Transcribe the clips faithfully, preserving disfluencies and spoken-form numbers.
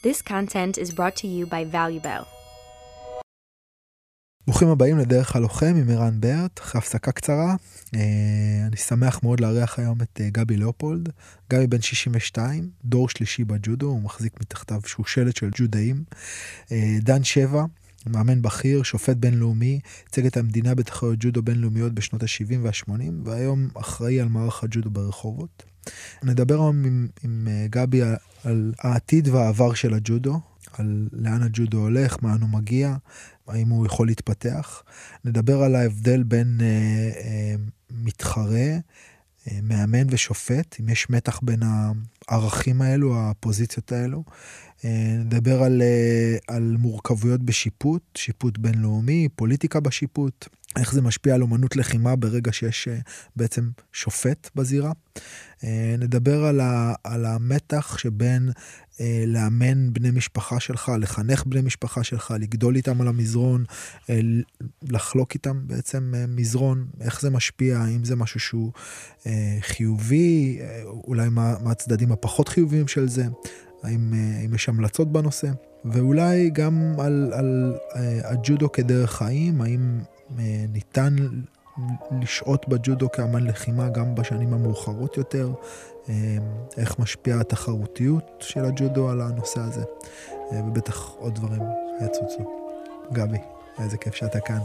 This content is brought to you by ValueBell. ברוכים הבאים לדרך הלוחם עם ערן ברט, אחרי הפסקה קצרה. אני שמח מאוד לארח היום את גבי לאופולד. גבי בן שישים ושתיים, דור שלישי בג'ודו, הוא מחזיק מתחתיו שושלת של ג'ודאים. דן שבע, מאמן בכיר, שופט בינלאומי, ייצג את המדינה בתחרויות ג'ודו בינלאומיות בשנות ה-שבעים וה-שמונים, והיום אחראי על מערך הג'ודו ברחובות. נדבר היום עם, עם גבי על, על העתיד והעבר של הג'ודו, על לאן הג'ודו הולך, מה הוא מגיע, האם הוא יכול להתפתח. נדבר על ההבדל בין אה, אה, מתחרה, אה, מאמן ושופט, אם יש מתח בין הערכים האלו, הפוזיציות האלו. אה, נדבר על, אה, על מורכבויות בשיפוט, שיפוט בינלאומי, פוליטיקה בשיפוט, איך זה משפיע על אומנות לחימה ברגע שיש אה, בעצם שופט בזירה. אה, נדבר על, ה, על המתח שבין אה, לאמן בני משפחה שלך, לחנך בני משפחה שלך, לגדול איתם על המזרון, אה, לחלוק איתם בעצם אה, מזרון, איך זה משפיע, האם זה משהו שהוא אה, חיובי, אה, אולי מה, מה הצדדים הפחות חיוביים של זה, האם, אה, האם יש המלצות בנושא, ואולי גם על, על אה, הג'ודו כדרך חיים, האם אה, ניתן לשעות בג'ודו כאמן לחימה גם בשנים המאוחרות יותר, איך משפיעה התחרותיות של הג'ודו על הנושא הזה, ובטח עוד דברים יצוצו. גבי, איזה כיף שאתה כאן.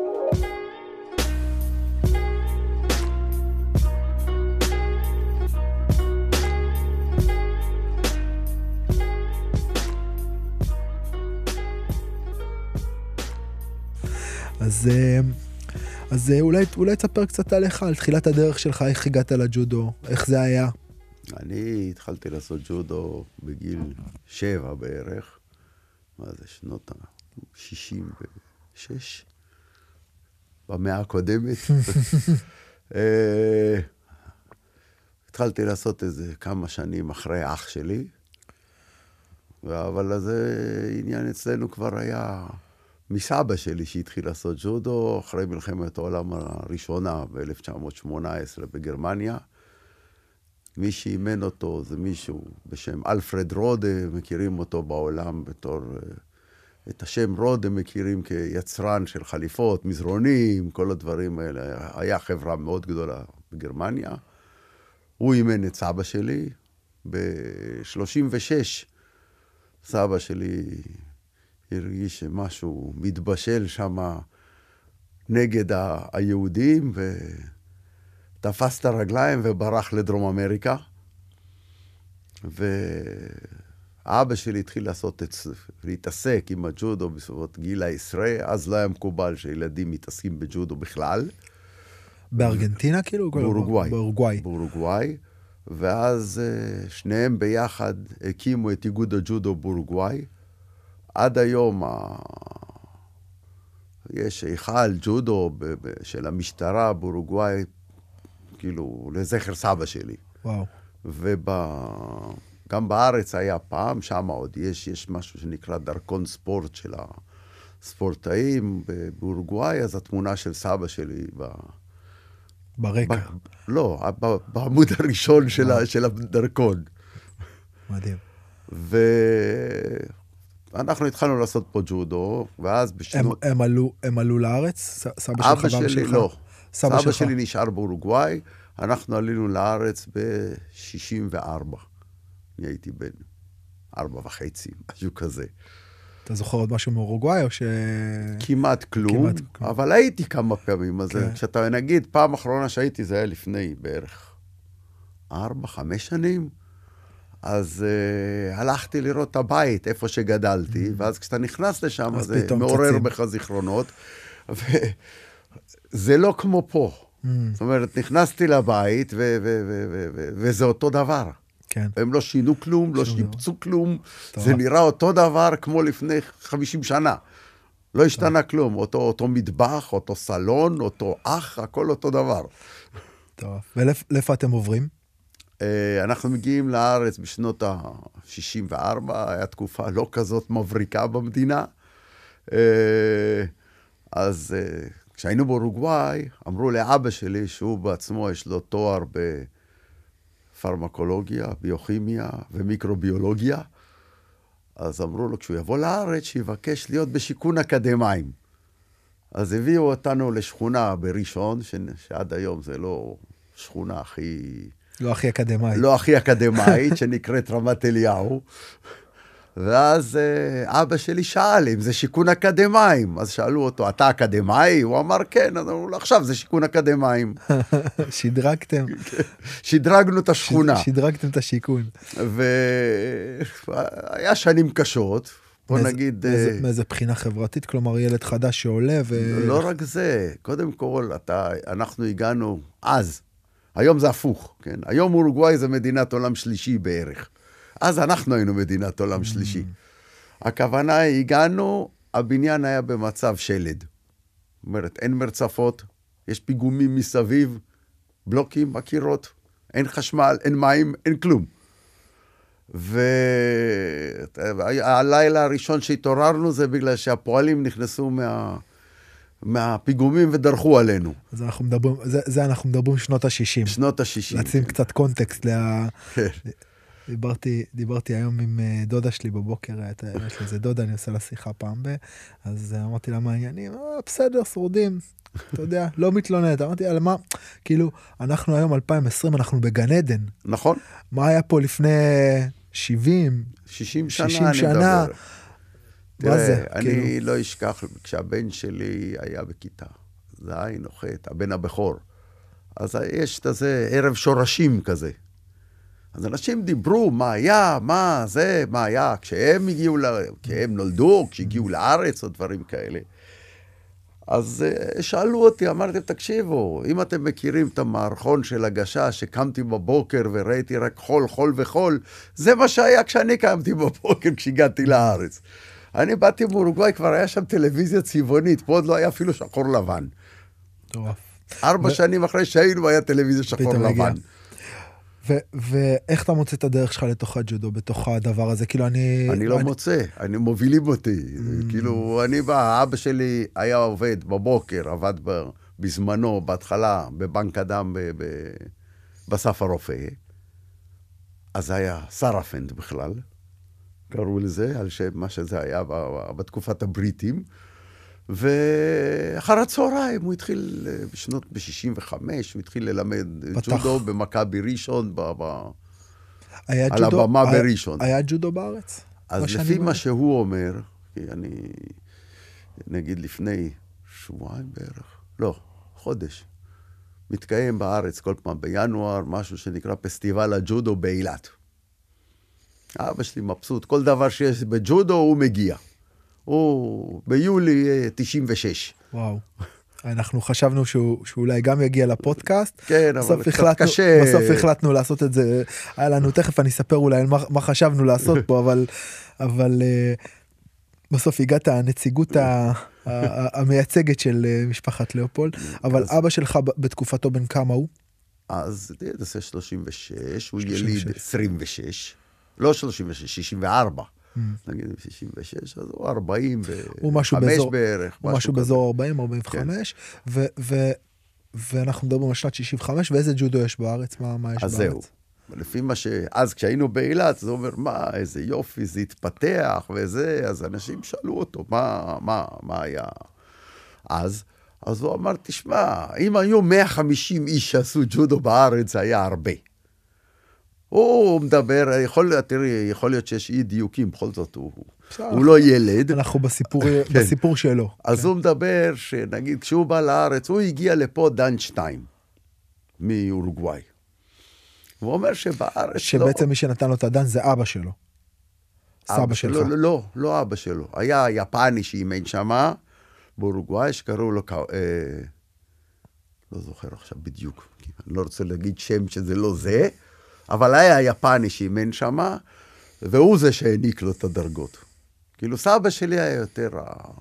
אז אז אולי, אולי תספר קצת עליך, על תחילת הדרך שלך, איך הגעת לג'ודו, איך זה היה? אני התחלתי לעשות ג'ודו בגיל שבע בערך, מה זה, שנות ה-שישים ושש, במאה הקודמת. התחלתי לעשות איזה כמה שנים אחרי אח שלי, אבל זה עניין אצלנו כבר היה מסבא שלי שהתחיל לעשות ג'ודו, אחרי מלחמת העולם הראשונה ב-אלף תשע מאות שמונה עשרה בגרמניה. מי שאימן אותו זה מישהו בשם אלפרד רודה, מכירים אותו בעולם בתור, את השם רודה מכירים כיצרן של חליפות, מזרונים, כל הדברים האלה. היה חברה מאוד גדולה בגרמניה. הוא אימן את סבא שלי. ב-שלושים ושש סבא שלי הרגיש שמשהו מתבשל שם נגד היהודים, ותפס את הרגליים וברח לדרום אמריקה. ואבא שלי התחיל לעשות את, להתעסק עם הג'ודו בסביבות גיל העשרה, אז לא היה מקובל שילדים מתעסקים בג'ודו בכלל. בארגנטינה כאילו? באורוגוואי. באורוגוואי. באורוגוואי. ואז שניהם ביחד הקימו את איגוד הג'ודו באורוגוואי. עד היום יש היכל ג'ודו של המשטרה באורוגוואי, כאילו לזכר סבא שלי. וואו. וגם בארץ היה פעם, שם עוד יש, יש משהו שנקרא דרכון ספורט של הספורטאים באורוגוואי, אז התמונה של סבא שלי ב... ברקע. ב... לא, בעמוד הראשון של, של הדרכון. מדהים. ו... אנחנו התחלנו לעשות פה ג'ודו, ואז בשנות... הם, הם, עלו, הם עלו לארץ? סבא שלך אבא שלי שלך? לא. סבא, סבא שלך. שלי נשאר באורוגוואי, אנחנו עלינו לארץ ב-שישים וארבע. אני הייתי בן ארבע וחצי, משהו כזה. אתה זוכר עוד משהו מאורוגוואי או ש... כמעט כלום, כמעט כלום. אבל הייתי כמה פעמים. אז כן. כשאתה נגיד, פעם אחרונה שהייתי, זה היה לפני בערך ארבע, חמש שנים. אז uh, הלכתי לראות את הבית, איפה שגדלתי, mm-hmm. ואז כשאתה נכנס לשם, זה מעורר צצים. בך זיכרונות, וזה לא כמו פה. Mm-hmm. זאת אומרת, נכנסתי לבית, ו- ו- ו- ו- ו- וזה אותו דבר. כן. הם לא שינו כלום, לא שיפצו דבר. כלום, טוב. זה נראה אותו דבר כמו לפני חמישים שנה. לא השתנה טוב. כלום, אותו, אותו מטבח, אותו סלון, אותו אח, הכל אותו דבר. טוב, ולאיפה אתם עוברים? אנחנו מגיעים לארץ בשנות ה-שישים וארבע, היה תקופה לא כזאת מבריקה במדינה. אז כשהיינו באורוגוואי, אמרו לאבא שלי שהוא בעצמו יש לו תואר בפרמקולוגיה, ביוכימיה ומיקרוביולוגיה. אז אמרו לו, כשהוא יבוא לארץ, שיבקש להיות בשיכון אקדמיים. אז הביאו אותנו לשכונה בראשון, ש... שעד היום זה לא שכונה הכי... לא הכי אקדמאית. לא הכי אקדמאית, שנקראת רמת אליהו. ואז אבא שלי שאל אם זה שיכון אקדמיים. אז שאלו אותו, אתה אקדמאי? הוא אמר, כן. אז אמרו לו, עכשיו זה שיכון אקדמיים. שדרגתם. שדרגנו את השכונה. שדרגתם את השיכון. והיה שנים קשות. בוא נגיד... מאיזה בחינה חברתית? כלומר, ילד חדש שעולה ו... לא רק זה. קודם כל, אתה, אנחנו הגענו אז. היום זה הפוך, כן? היום אורוגוואי זה מדינת עולם שלישי בערך. אז אנחנו היינו מדינת עולם שלישי. הכוונה, הגענו, הבניין היה במצב שלד. זאת אומרת, אין מרצפות, יש פיגומים מסביב, בלוקים, הקירות, אין חשמל, אין מים, אין כלום. והלילה הראשון שהתעוררנו זה בגלל שהפועלים נכנסו מה... מהפיגומים ודרכו עלינו. אז אנחנו מדברים, זה, זה אנחנו מדברים שנות ה-שישים. שנות ה-שישים. לשים כן. קצת קונטקסט לה... כן. דיברתי, דיברתי היום עם דודה שלי בבוקר, יש לי איזה דודה, אני עושה לה שיחה פעם ב... אז אמרתי לה מה העניינים, אה, בסדר, שורדים, אתה יודע, לא מתלוננת. אמרתי לה, מה, כאילו, אנחנו היום אלפיים ועשרים, אנחנו בגן עדן. נכון. מה היה פה לפני שבעים? שישים שנה, שישים אני שנה. מדבר. מה זה? תראה, אני כאילו... לא אשכח, כשהבן שלי היה בכיתה, זה היה נוחת, הבן הבכור. אז יש כזה ערב שורשים כזה. אז אנשים דיברו, מה היה, מה זה, מה היה, כשהם הגיעו, לה, כשהם נולדו, כשהגיעו לארץ או דברים כאלה. אז uh, שאלו אותי, אמרתי, תקשיבו, אם אתם מכירים את המערכון של הגשה, שקמתי בבוקר וראיתי רק חול, חול וחול, זה מה שהיה כשאני קמתי בבוקר כשהגעתי לארץ. אני באתי מאורוגוואי, כבר היה שם טלוויזיה צבעונית, פה עוד לא היה אפילו שחור לבן. טוב. ארבע ו... שנים אחרי שהיינו היה טלוויזיה שחור לבן. ואיך אתה מוצא את הדרך שלך לתוך הג'ודו, בתוך הדבר הזה? כאילו אני... אני לא מוצא, אני מובילים אותי. כאילו, אני בא, אבא שלי היה עובד בבוקר, עבד בזמנו, בהתחלה, בבנק אדם בסף הרופא. אז היה סרפנד בכלל, קראו לזה, על שם מה שזה היה בתקופת הבריטים. ואחר הצהריים הוא התחיל בשנות, ב-שישים וחמש, הוא התחיל ללמד ג'ודו במכבי ראשון, על הבמה בראשון. היה ג'ודו בארץ? אז לפי מה שהוא אומר, כי אני, נגיד לפני שבועיים בערך, לא, חודש, מתקיים בארץ כל פעם בינואר, משהו שנקרא פסטיבל הג'ודו באילת. אבא שלי מבסוט, כל דבר שיש בג'ודו הוא מגיע. הוא ביולי תשעים ושש. וואו. אנחנו חשבנו שהוא, שאולי גם יגיע לפודקאסט. כן, אבל קצת החלטנו, קשה. בסוף החלטנו לעשות את זה. היה לנו, תכף אני אספר אולי מה, מה חשבנו לעשות פה, אבל, אבל בסוף הגעת הנציגות ה, ה, המייצגת של משפחת לאופולד. אבל אז, אבא שלך בתקופתו בן כמה הוא? אז זה שלושים ושש, הוא יליד עשרים ושש. לא שלושים ושש, שישים וארבע. נגיד ב-שישים ושש, אז הוא ארבעים וחמש בערך. הוא משהו באזור ארבעים, ארבעים וחמש, ואנחנו מדברים על שנת שישים וחמש, ואיזה ג'ודו יש בארץ? מה יש בארץ? אז זהו. לפי מה ש... אז כשהיינו באילת, זה אומר, מה, איזה יופי, זה התפתח וזה, אז אנשים שאלו אותו, מה, מה, מה היה אז? אז הוא אמר, תשמע, אם היו מאה וחמישים איש שעשו ג'ודו בארץ, זה היה הרבה. הוא מדבר, יכול, תראי, יכול להיות שיש אי דיוקים, בכל זאת הוא, הוא לא ילד. אנחנו בסיפור, כן. בסיפור שלו. אז כן. הוא מדבר שנגיד, כשהוא בא לארץ, הוא הגיע לפה דן שתיים, מאורוגוואי. הוא אומר שבארץ שבעצם לא... מי שנתן לו את הדן זה אבא שלו. סבא שלך. לא, לא, לא, לא אבא שלו. היה יפני שאימן שמה, באורוגוואי, שקראו לו, אה, לא זוכר עכשיו בדיוק, אני לא רוצה להגיד שם שזה לא זה, אבל היה יפני שאימן שמה, והוא זה שהעניק לו את הדרגות. כאילו סבא שלי היה יותר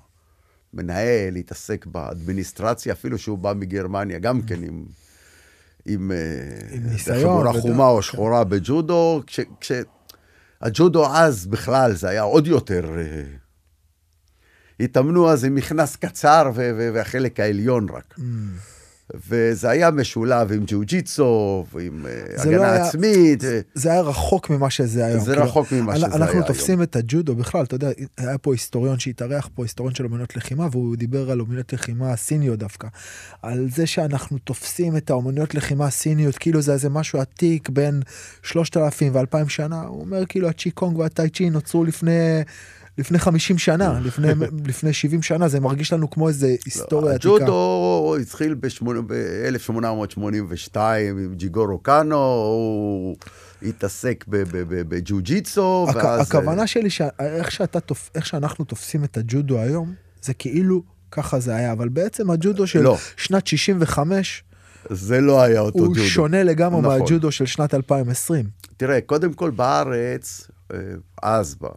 המנהל, להתעסק באדמיניסטרציה, אפילו שהוא בא מגרמניה, גם כן עם, עם, עם ניסיון. חגורה חומה או שחורה בג'ודו, כש, כשהג'ודו אז בכלל זה היה עוד יותר, התאמנו אז עם מכנס קצר והחלק העליון רק. וזה היה משולב עם ג'יו-ג'יטסו, ועם הגנה לא היה, עצמית. זה היה רחוק ממה שזה היום. זה רחוק ממה שזה היה היום. אנחנו תופסים את הג'ודו בכלל, אתה יודע, היה פה היסטוריון שהתארח פה, היסטוריון של אומנויות לחימה, והוא דיבר על אומנויות לחימה הסיניות דווקא. על זה שאנחנו תופסים את האומנויות לחימה הסיניות, כאילו זה איזה משהו עתיק בין שלושת אלפים ואלפיים שנה. הוא אומר כאילו הצ'י קונג והטאי צ'י נוצרו לפני... לפני חמישים שנה, לפני, לפני שבעים שנה, זה מרגיש לנו כמו איזה היסטוריה עתיקה. הג'ודו התחיל ב-אלף שמונה מאות שמונים ושתיים עם ג'יגורו קאנו, הוא התעסק בג'יו-ג'יטסו. הכוונה שלי, איך שאנחנו תופסים את הג'ודו היום, זה כאילו ככה זה היה, אבל בעצם הג'ודו של שנת שישים וחמש, זה לא היה אותו ג'ודו. הוא שונה לגמרי מהג'ודו של שנת אלפיים ועשרים. תראה, קודם כל בארץ, אז ב...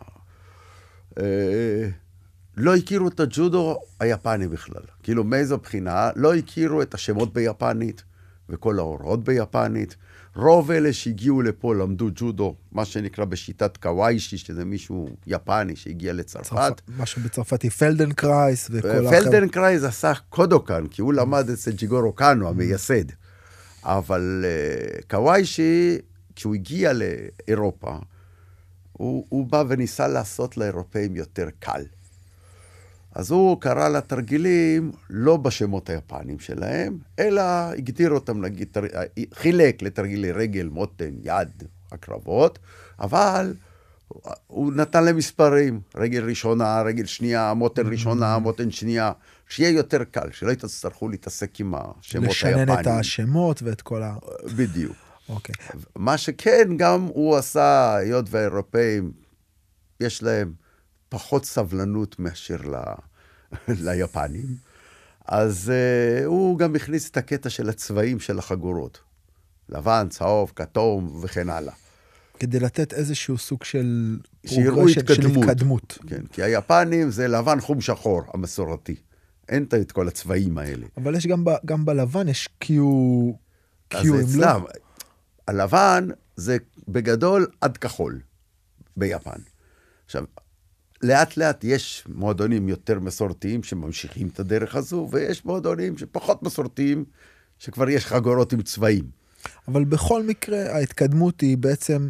לא הכירו את הג'ודו היפני בכלל. כאילו מאיזו בחינה, לא הכירו את השמות ביפנית וכל ההוראות ביפנית. רוב אלה שהגיעו לפה למדו ג'ודו, מה שנקרא בשיטת קוואישי, שזה מישהו יפני שהגיע לצרפת. משהו בצרפתי, פלדנקרייס וכל האחר. פלדנקרייס עשה קודוקן, כי הוא למד אצל ג'יגורו קאנו, המייסד. אבל קוואישי, כשהוא הגיע לאירופה, הוא, הוא בא וניסה לעשות לאירופאים יותר קל. אז הוא קרא לתרגילים לא בשמות היפנים שלהם, אלא הגדיר אותם, נגיד, חילק לתרגילי רגל, מותן, יד, הקרבות, אבל הוא נתן להם מספרים, רגל ראשונה, רגל שנייה, מותן ראשונה, מותן שנייה, שיהיה יותר קל, שלא יצטרכו להתעסק עם השמות היפנים. לשנן את השמות ואת כל ה... בדיוק. אוקיי. מה שכן, גם הוא עשה, היות והאירופאים, יש להם פחות סבלנות מאשר ל... ליפנים, אז uh, הוא גם הכניס את הקטע של הצבעים של החגורות. לבן, צהוב, כתום וכן הלאה. כדי לתת איזשהו סוג של... שיראו התקדמות. של התקדמות. כן, כי היפנים זה לבן חום שחור, המסורתי. אין את כל הצבעים האלה. אבל יש גם, ב... גם בלבן, יש קיו... אז אצלם... לא... הלבן זה בגדול עד כחול ביפן. עכשיו, לאט לאט יש מועדונים יותר מסורתיים שממשיכים את הדרך הזו, ויש מועדונים שפחות מסורתיים, שכבר יש חגורות עם צבעים. אבל בכל מקרה, ההתקדמות היא בעצם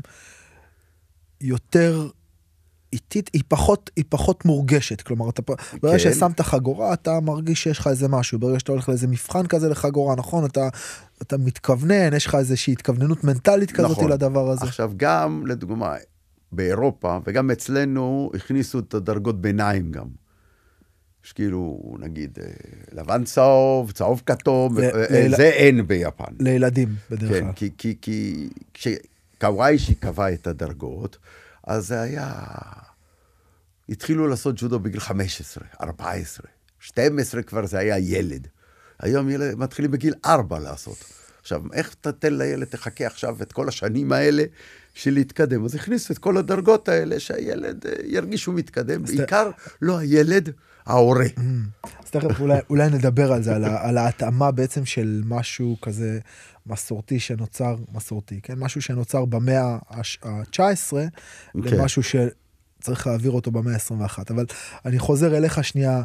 יותר איטית, היא פחות, היא פחות מורגשת. כלומר, אתה, כן. ברגע ששמת חגורה, אתה מרגיש שיש לך איזה משהו. ברגע שאתה הולך לאיזה מבחן כזה לחגורה, נכון? אתה, אתה מתכוונן, יש לך איזושהי התכווננות מנטלית כזאת נכון. לדבר הזה. עכשיו, גם, לדוגמה, באירופה, וגם אצלנו, הכניסו את הדרגות ביניים גם. יש כאילו, נגיד, לבן צהוב, צהוב כתום, ל- זה ל- אין ביפן. לילדים, בדרך כלל. כן, כי, כי, כי כשקוואישי קבע את הדרגות, אז זה היה... התחילו לעשות ג'ודו בגיל חמש עשרה, ארבע עשרה, שתים עשרה כבר זה היה ילד. היום ילד מתחילים בגיל ארבע לעשות. עכשיו, איך תתן לילד, תחכה עכשיו את כל השנים האלה של להתקדם? אז הכניסו את כל הדרגות האלה שהילד ירגיש שהוא מתקדם, בעיקר לא הילד, ההורה. אז תכף אולי, אולי נדבר על זה, על, על ההתאמה בעצם של משהו כזה מסורתי שנוצר, מסורתי, כן? משהו שנוצר במאה ה-תשע עשרה, למשהו שצריך להעביר אותו במאה ה-עשרים ואחת. אבל אני חוזר אליך שנייה,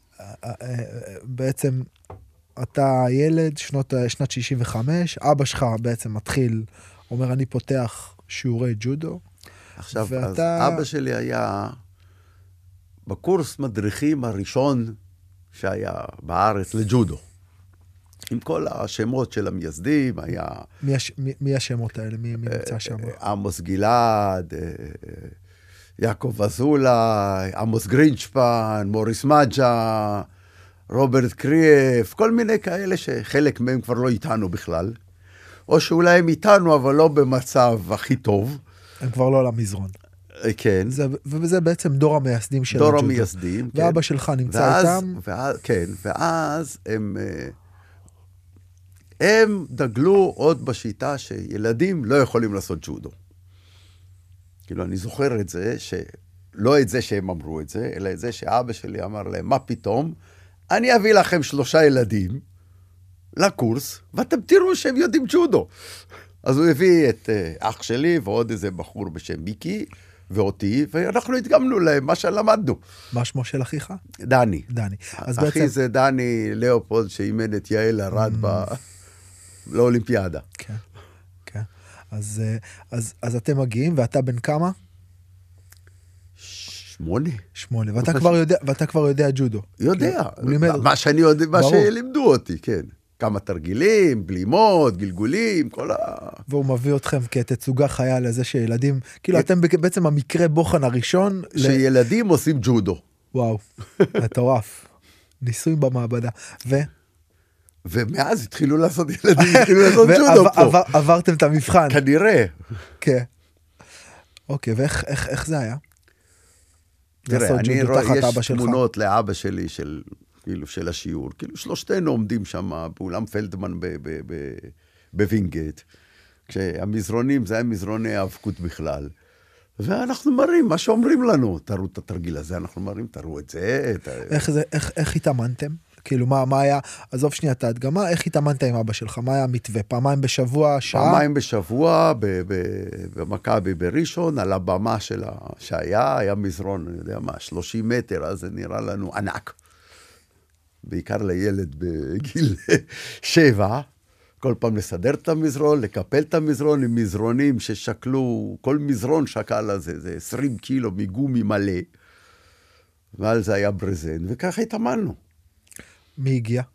בעצם אתה ילד, שנות, שנת שישים וחמש, אבא שלך בעצם מתחיל, אומר אני פותח שיעורי ג'ודו. עכשיו, ואתה... אז אבא שלי היה בקורס מדריכים הראשון שהיה בארץ לג'ודו. עם כל השמות של המייסדים, היה... מי, הש... מי, מי השמות האלה? מי, מי נמצא שם? עמוס גלעד, יעקב אזולה, עמוס גרינשפן, מוריס מג'ה, רוברט קריאף, כל מיני כאלה שחלק מהם כבר לא איתנו בכלל. או שאולי הם איתנו, אבל לא במצב הכי טוב. הם כבר לא למזרון. כן. זה, וזה בעצם דור המייסדים של דור הג'ודו. דור המייסדים, כן. ואבא שלך נמצא ואז, איתם. ואז, כן, ואז הם... הם דגלו עוד בשיטה שילדים לא יכולים לעשות ג'ודו. כאילו, אני זוכר את זה, שלא את זה שהם אמרו את זה, אלא את זה שאבא שלי אמר להם, מה פתאום? אני אביא לכם שלושה ילדים לקורס, ואתם תראו שהם יודעים ג'ודו. אז הוא הביא את אח שלי ועוד איזה בחור בשם מיקי, ואותי, ואנחנו התגמנו להם מה שלמדנו. מה שמו של אחיך? דני. דני. אז אחי בעצם... זה דני לאופולד, שאימן את יעל ארד ב... לאולימפיאדה. כן, כן. אז, אז, אז אתם מגיעים, ואתה בן כמה? שמונה. שמונה. ואתה כבר יודע, ואתה כבר יודע ג'ודו. יודע. הוא לימד... מה שאני יודע, מה שלימדו אותי, כן. כמה תרגילים, בלימות, גלגולים, כל ה... והוא מביא אתכם כתצוגה חיה לזה שילדים, כאילו אתם בעצם המקרה בוחן הראשון... שילדים עושים ג'ודו. וואו, מטורף. ניסויים במעבדה. ו... ומאז התחילו לעשות ילדים, התחילו לעשות ג'ודו פה. עברתם את המבחן. כנראה. כן. אוקיי, ואיך איך, איך זה היה? תראה, אני רואה, יש תמונות לאבא שלי של... כאילו של השיעור, כאילו שלושתנו עומדים שם באולם פלדמן בווינגייט, כשהמזרונים זה היה מזרוני האבקות בכלל, ואנחנו מראים מה שאומרים לנו, תראו את התרגיל הזה, אנחנו מראים, תראו את זה. איך זה, איך, איך התאמנתם? כאילו מה, מה היה, עזוב שנייה את ההדגמה, איך התאמנת עם אבא שלך? מה היה המתווה? פעמיים בשבוע, שעה? פעמיים בשבוע, במכבי בראשון, על הבמה שלה, שהיה, היה מזרון, אני יודע מה, שלושים מטר, אז זה נראה לנו ענק. בעיקר לילד בגיל שבע, כל פעם לסדר את המזרון, לקפל את המזרון עם מזרונים ששקלו, כל מזרון שקל הזה, זה עשרים קילו מגומי מלא, ועל זה היה ברזן, וככה התאמנו. מי הגיע?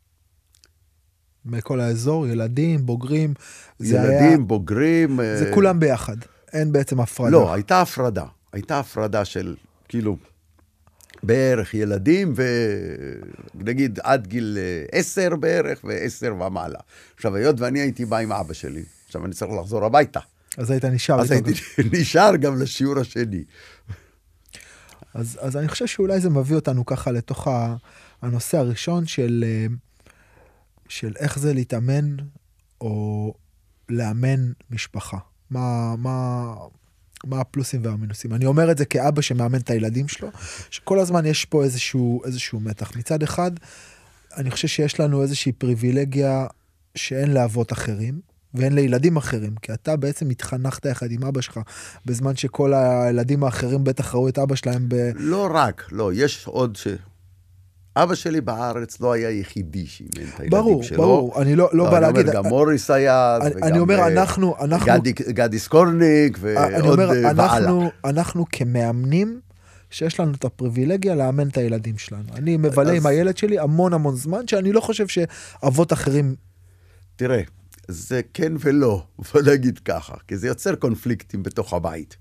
מכל האזור, ילדים, בוגרים? ילדים, היה... בוגרים. זה כולם ביחד, אין בעצם הפרדה. לא, הייתה הפרדה, הייתה הפרדה של, כאילו, בערך ילדים, ונגיד עד גיל עשר בערך, ועשר ומעלה. עכשיו, היות ואני הייתי בא עם אבא שלי, עכשיו אני צריך לחזור הביתה. אז היית נשאר. אז הייתי נשאר גם לשיעור השני. אז, אז אני חושב שאולי זה מביא אותנו ככה לתוך הנושא הראשון של, של איך זה להתאמן, או לאמן משפחה. מה, מה... מה הפלוסים והמינוסים. אני אומר את זה כאבא שמאמן את הילדים שלו, שכל הזמן יש פה איזשהו, איזשהו מתח. מצד אחד, אני חושב שיש לנו איזושהי פריבילגיה שאין לאבות אחרים, ואין לילדים אחרים, כי אתה בעצם התחנכת יחד עם אבא שלך, בזמן שכל הילדים האחרים בטח ראו את אבא שלהם ב... לא רק, לא, יש עוד ש... אבא שלי בארץ לא היה יחידי שאימן את הילדים ברור, שלו. ברור, ברור, אני לא, לא, לא בא להגיד... גם מוריס היה, אני, וגם אני אומר, אנחנו, אנחנו... גדי, גדי סקורניק, ועוד אני אומר, ועלה. אנחנו, אנחנו כמאמנים, שיש לנו את הפריבילגיה לאמן את הילדים שלנו. אני מבלה אז... עם הילד שלי המון המון זמן, שאני לא חושב שאבות אחרים... תראה, זה כן ולא, בוא נגיד ככה, כי זה יוצר קונפליקטים בתוך הבית.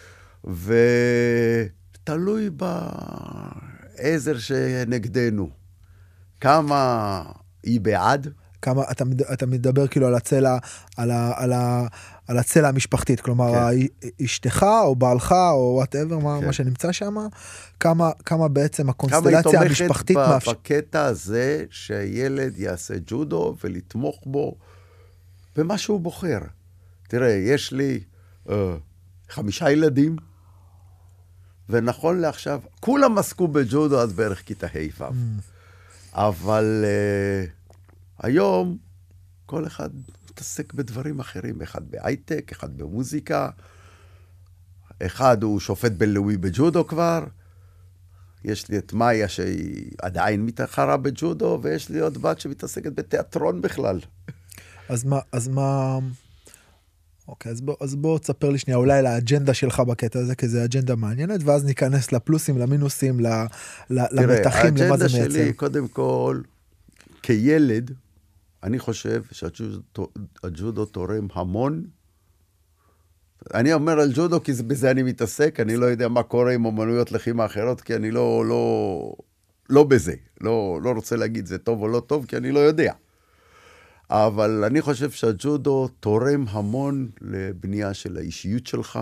ותלוי בעזר שנגדנו. כמה היא בעד? כמה, אתה, אתה מדבר כאילו על הצלע, על ה, על ה, על הצלע המשפחתית, כלומר, כן. אשתך או בעלך או whatever, מה, כן. מה שנמצא שם, כמה, כמה בעצם הקונסטלציה המשפחתית... כמה היא תומכת בקטע הזה שהילד יעשה ג'ודו ולתמוך בו במה שהוא בוחר. תראה, יש לי uh, חמישה ילדים, ונכון לעכשיו, כולם עסקו בג'ודו אז בערך כיתה ה' ו'. Mm. אבל uh, היום כל אחד מתעסק בדברים אחרים, אחד בהייטק, אחד במוזיקה, אחד הוא שופט בינלאומי בג'ודו כבר, יש לי את מאיה שהיא עדיין מתחרה בג'ודו, ויש לי עוד בת שמתעסקת בתיאטרון בכלל. אז מה, אז מה, אוקיי, אז בוא, אז בוא תספר לי שנייה, אולי לאג'נדה שלך בקטע הזה, כי זה אג'נדה מעניינת, ואז ניכנס לפלוסים, למינוסים, ל, ל, למתחים, למה זה מייצר. האג'נדה שלי, קודם כל, כילד, אני חושב שהג'ודו תורם המון. אני אומר על ג'ודו, כי בזה אני מתעסק, אני לא יודע מה קורה עם אומנויות לחימה אחרות, כי אני לא, לא, לא בזה. לא, לא רוצה להגיד זה טוב או לא טוב, כי אני לא יודע. אבל אני חושב שהג'ודו תורם המון לבנייה של האישיות שלך,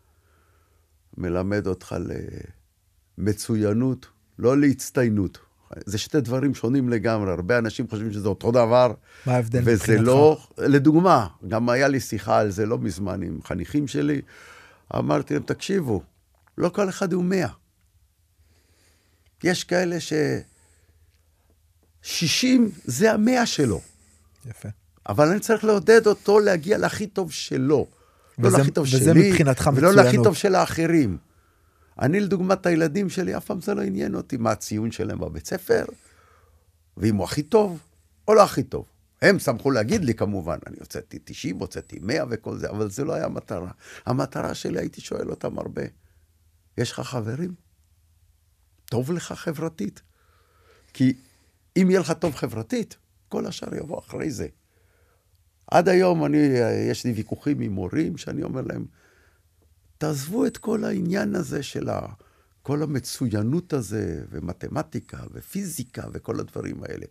מלמד אותך למצוינות, לא להצטיינות. זה שתי דברים שונים לגמרי, הרבה אנשים חושבים שזה אותו דבר. מה ההבדל מבחינתך? וזה לא, לדוגמה, גם היה לי שיחה על זה לא מזמן עם חניכים שלי, אמרתי להם, תקשיבו, לא כל אחד הוא מאה. יש כאלה ש... שישים זה המאה שלו. יפה. אבל אני צריך לעודד אותו להגיע להכי טוב שלו. לא וזה, להכי טוב וזה שלי, מבחינתך ולא מצוינות. להכי טוב של האחרים. אני לדוגמת הילדים שלי, אף פעם זה לא עניין אותי מה הציון שלהם בבית ספר, ואם הוא הכי טוב, או לא הכי טוב. הם שמחו להגיד לי כמובן, אני הוצאתי תשעים, הוצאתי מאה וכל זה, אבל זה לא היה המטרה. המטרה שלי, הייתי שואל אותם הרבה, יש לך חברים? טוב לך חברתית? כי אם יהיה לך טוב חברתית, כל השאר יבוא אחרי זה. עד היום אני, יש לי ויכוחים עם מורים, שאני אומר להם, תעזבו את כל העניין הזה של כל המצוינות הזה, ומתמטיקה, ופיזיקה, וכל הדברים האלה.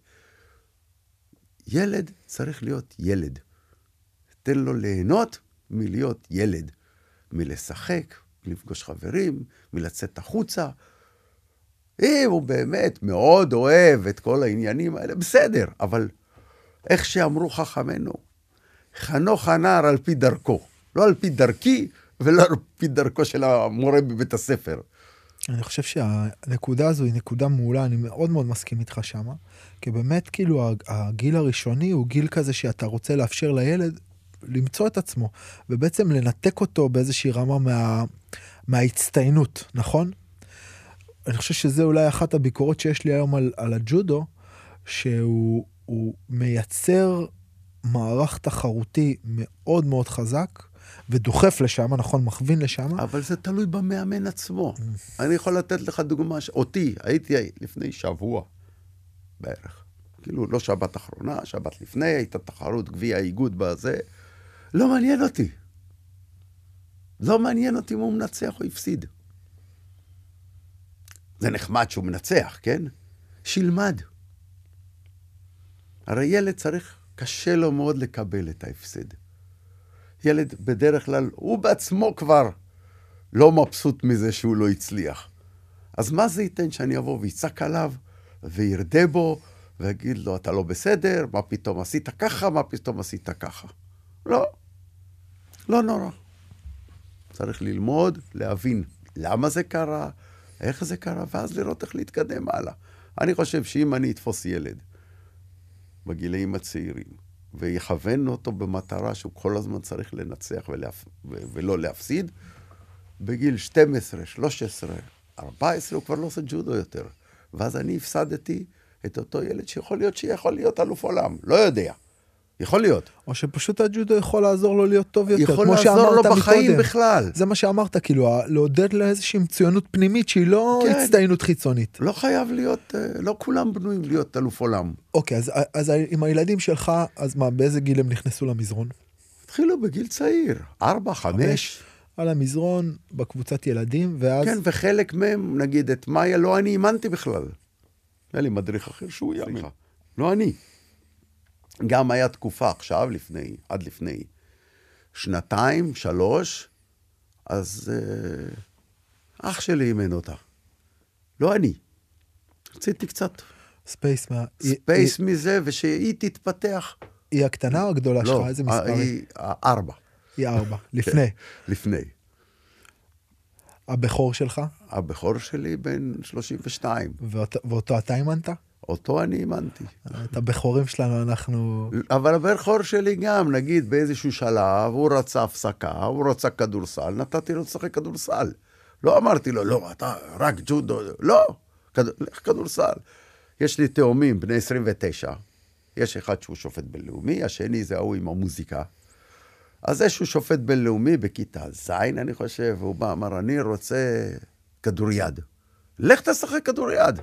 ילד צריך להיות ילד. תן לו ליהנות מלהיות ילד. מלשחק, מלפגוש חברים, מלצאת החוצה. אם הוא באמת מאוד אוהב את כל העניינים האלה, בסדר, אבל איך שאמרו חכמנו, חנוך הנער על פי דרכו. לא על פי דרכי, ולא על פי דרכו של המורה בבית הספר. אני חושב שהנקודה הזו היא נקודה מעולה, אני מאוד מאוד מסכים איתך שמה, כי באמת כאילו הגיל הראשוני הוא גיל כזה שאתה רוצה לאפשר לילד למצוא את עצמו, ובעצם לנתק אותו באיזושהי רמה מה, מההצטיינות, נכון? אני חושב שזה אולי אחת הביקורות שיש לי היום על, על הג'ודו, שהוא הוא מייצר מערך תחרותי מאוד מאוד חזק, ודוחף לשם, נכון, מכווין לשם. אבל זה תלוי במאמן עצמו. אני יכול לתת לך דוגמה, אותי, הייתי לפני שבוע בערך. כאילו, לא שבת אחרונה, שבת לפני, הייתה תחרות גביע האיגוד בזה. לא מעניין אותי. לא מעניין אותי אם הוא מנצח או הפסיד. זה נחמד שהוא מנצח, כן? שילמד. הרי ילד צריך, קשה לו מאוד לקבל את ההפסד. ילד בדרך כלל, הוא בעצמו כבר לא מבסוט מזה שהוא לא הצליח. אז מה זה ייתן שאני אבוא ויצק עליו, וירדה בו, ויגיד לו, אתה לא בסדר, מה פתאום עשית ככה, מה פתאום עשית ככה. לא, לא נורא. צריך ללמוד, להבין למה זה קרה, איך זה קרה, ואז לראות איך להתקדם הלאה. אני חושב שאם אני אתפוס ילד, בגילאים הצעירים, ויכוון אותו במטרה שהוא כל הזמן צריך לנצח ולהפ... ו... ולא להפסיד, בגיל שתים עשרה, שלוש עשרה, ארבע עשרה הוא כבר לא עושה ג'ודו יותר. ואז אני הפסדתי את אותו ילד שיכול להיות שיכול להיות אלוף עולם. לא יודע. יכול להיות. או שפשוט הג'ודו יכול לעזור לו להיות טוב יותר. יכול לעזור לו בחיים מקודם. בכלל. זה מה שאמרת, כאילו, לעודד לאיזושהי מצוינות פנימית שהיא לא כן. הצטיינות חיצונית. לא חייב להיות, לא כולם בנויים להיות אלוף עולם. אוקיי, אז, אז עם הילדים שלך, אז מה, באיזה גיל הם נכנסו למזרון? התחילו בגיל צעיר, ארבע, חמש. על המזרון, בקבוצת ילדים, ואז... כן, וחלק מהם, נגיד, את מאיה לא אני אימנתי בכלל. היה לי מדריך אחר שהוא יאמן. לא אני. גם היה תקופה עכשיו, לפני, עד לפני שנתיים, שלוש, אז אה, אח שלי אימן אותה. לא אני. רציתי קצת ספייס מה... ספייס היא, מזה, ושהיא תתפתח. היא הקטנה או הגדולה לא, שלך? איזה מספר היא? היא ארבע. היא ארבע, לפני. לפני. הבכור שלך? הבכור שלי בן שלושים ושתיים. ואות, ואותו אתה אימנת? אותו אני אימנתי. את הבכורים שלנו אנחנו... אבל הבכור שלי גם, נגיד באיזשהו שלב, הוא רצה הפסקה, הוא רצה כדורסל, נתתי לו לשחק כדורסל. לא אמרתי לו, לא, אתה רק ג'ודו, לא, כד... לך כדורסל. יש לי תאומים, בני עשרים ותשע, יש אחד שהוא שופט בינלאומי, השני זה ההוא עם המוזיקה. אז איזשהו שופט בינלאומי בכיתה זין, אני חושב, והוא בא, אמר, אני רוצה כדוריד. לך תשחק כדוריד.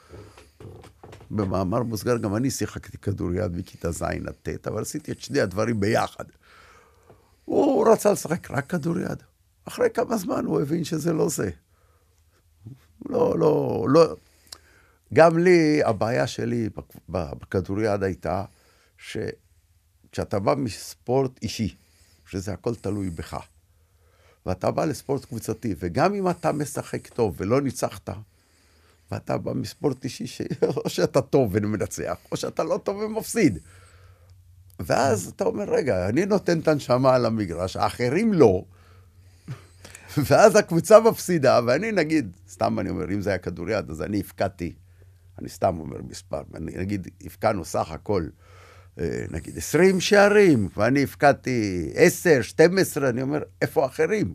במאמר מוסגר, גם אני שיחקתי כדוריד בכיתה זין עד ת', אבל עשיתי את שני הדברים ביחד. הוא רצה לשחק רק כדוריד. אחרי כמה זמן הוא הבין שזה לא זה. לא, לא, לא. גם לי, הבעיה שלי בכדוריד הייתה, שכשאתה בא מספורט אישי, שזה הכל תלוי בך, ואתה בא לספורט קבוצתי, וגם אם אתה משחק טוב ולא ניצחת, ואתה בא מספורט אישי, ש... או שאתה טוב ומנצח, או שאתה לא טוב ומפסיד. ואז אתה אומר, רגע, אני נותן את הנשמה על המגרש, האחרים לא, ואז הקבוצה מפסידה, ואני נגיד, סתם אני אומר, אם זה היה כדוריד, אז אני הפקעתי, אני סתם אומר מספר, אני נגיד, הפקענו סך הכל נגיד עשרים שערים, ואני הפקדתי עשר, שתים עשרה, אני אומר, איפה האחרים?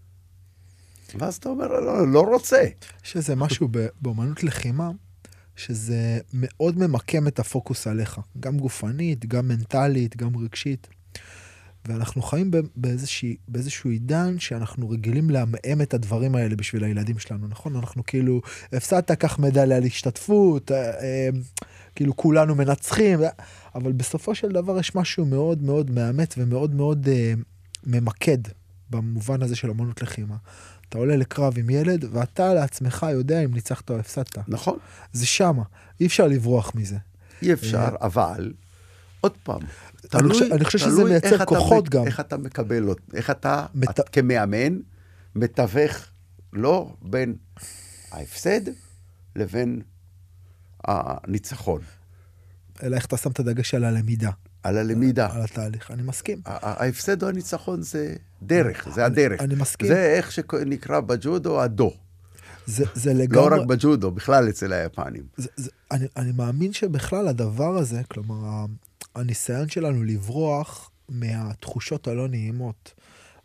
ואז אתה אומר, לא, לא רוצה. שזה משהו באמנות לחימה, שזה מאוד ממקם את הפוקוס עליך, גם גופנית, גם מנטלית, גם רגשית. ואנחנו חיים באיזשהו, באיזשהו עידן שאנחנו רגילים להמאם את הדברים האלה בשביל הילדים שלנו, נכון? אנחנו כאילו, הפסדת כך מדליה על השתתפות, כאילו כולנו מנצחים, אבל בסופו של דבר יש משהו מאוד מאוד מאמת ומאוד מאוד ממקד במובן הזה של אמנות לחימה. אתה עולה לקרב עם ילד, ואתה לעצמך יודע אם ניצחת או הפסדת. נכון. זה שמה, אי אפשר לברוח מזה. אי אפשר, אבל, עוד פעם, אני חושב, אני חושב שזה מייצר כוחות גם. איך אתה מקבל אותו, איך אתה, מת... כמאמן, מתווך לא בין ההפסד לבין הניצחון. אלא איך אתה שם את הדגש על הלמידה. על הלמידה. על התהליך, אני מסכים. ההפסד או הניצחון זה דרך, זה הדרך. אני מסכים. זה איך שנקרא בג'ודו הדו. זה, זה לגמרי... לא רק בג'ודו, בכלל אצל היפנים. זה, זה, אני, אני מאמין שבכלל הדבר הזה, כלומר, הניסיון שלנו לברוח מהתחושות הלא נעימות,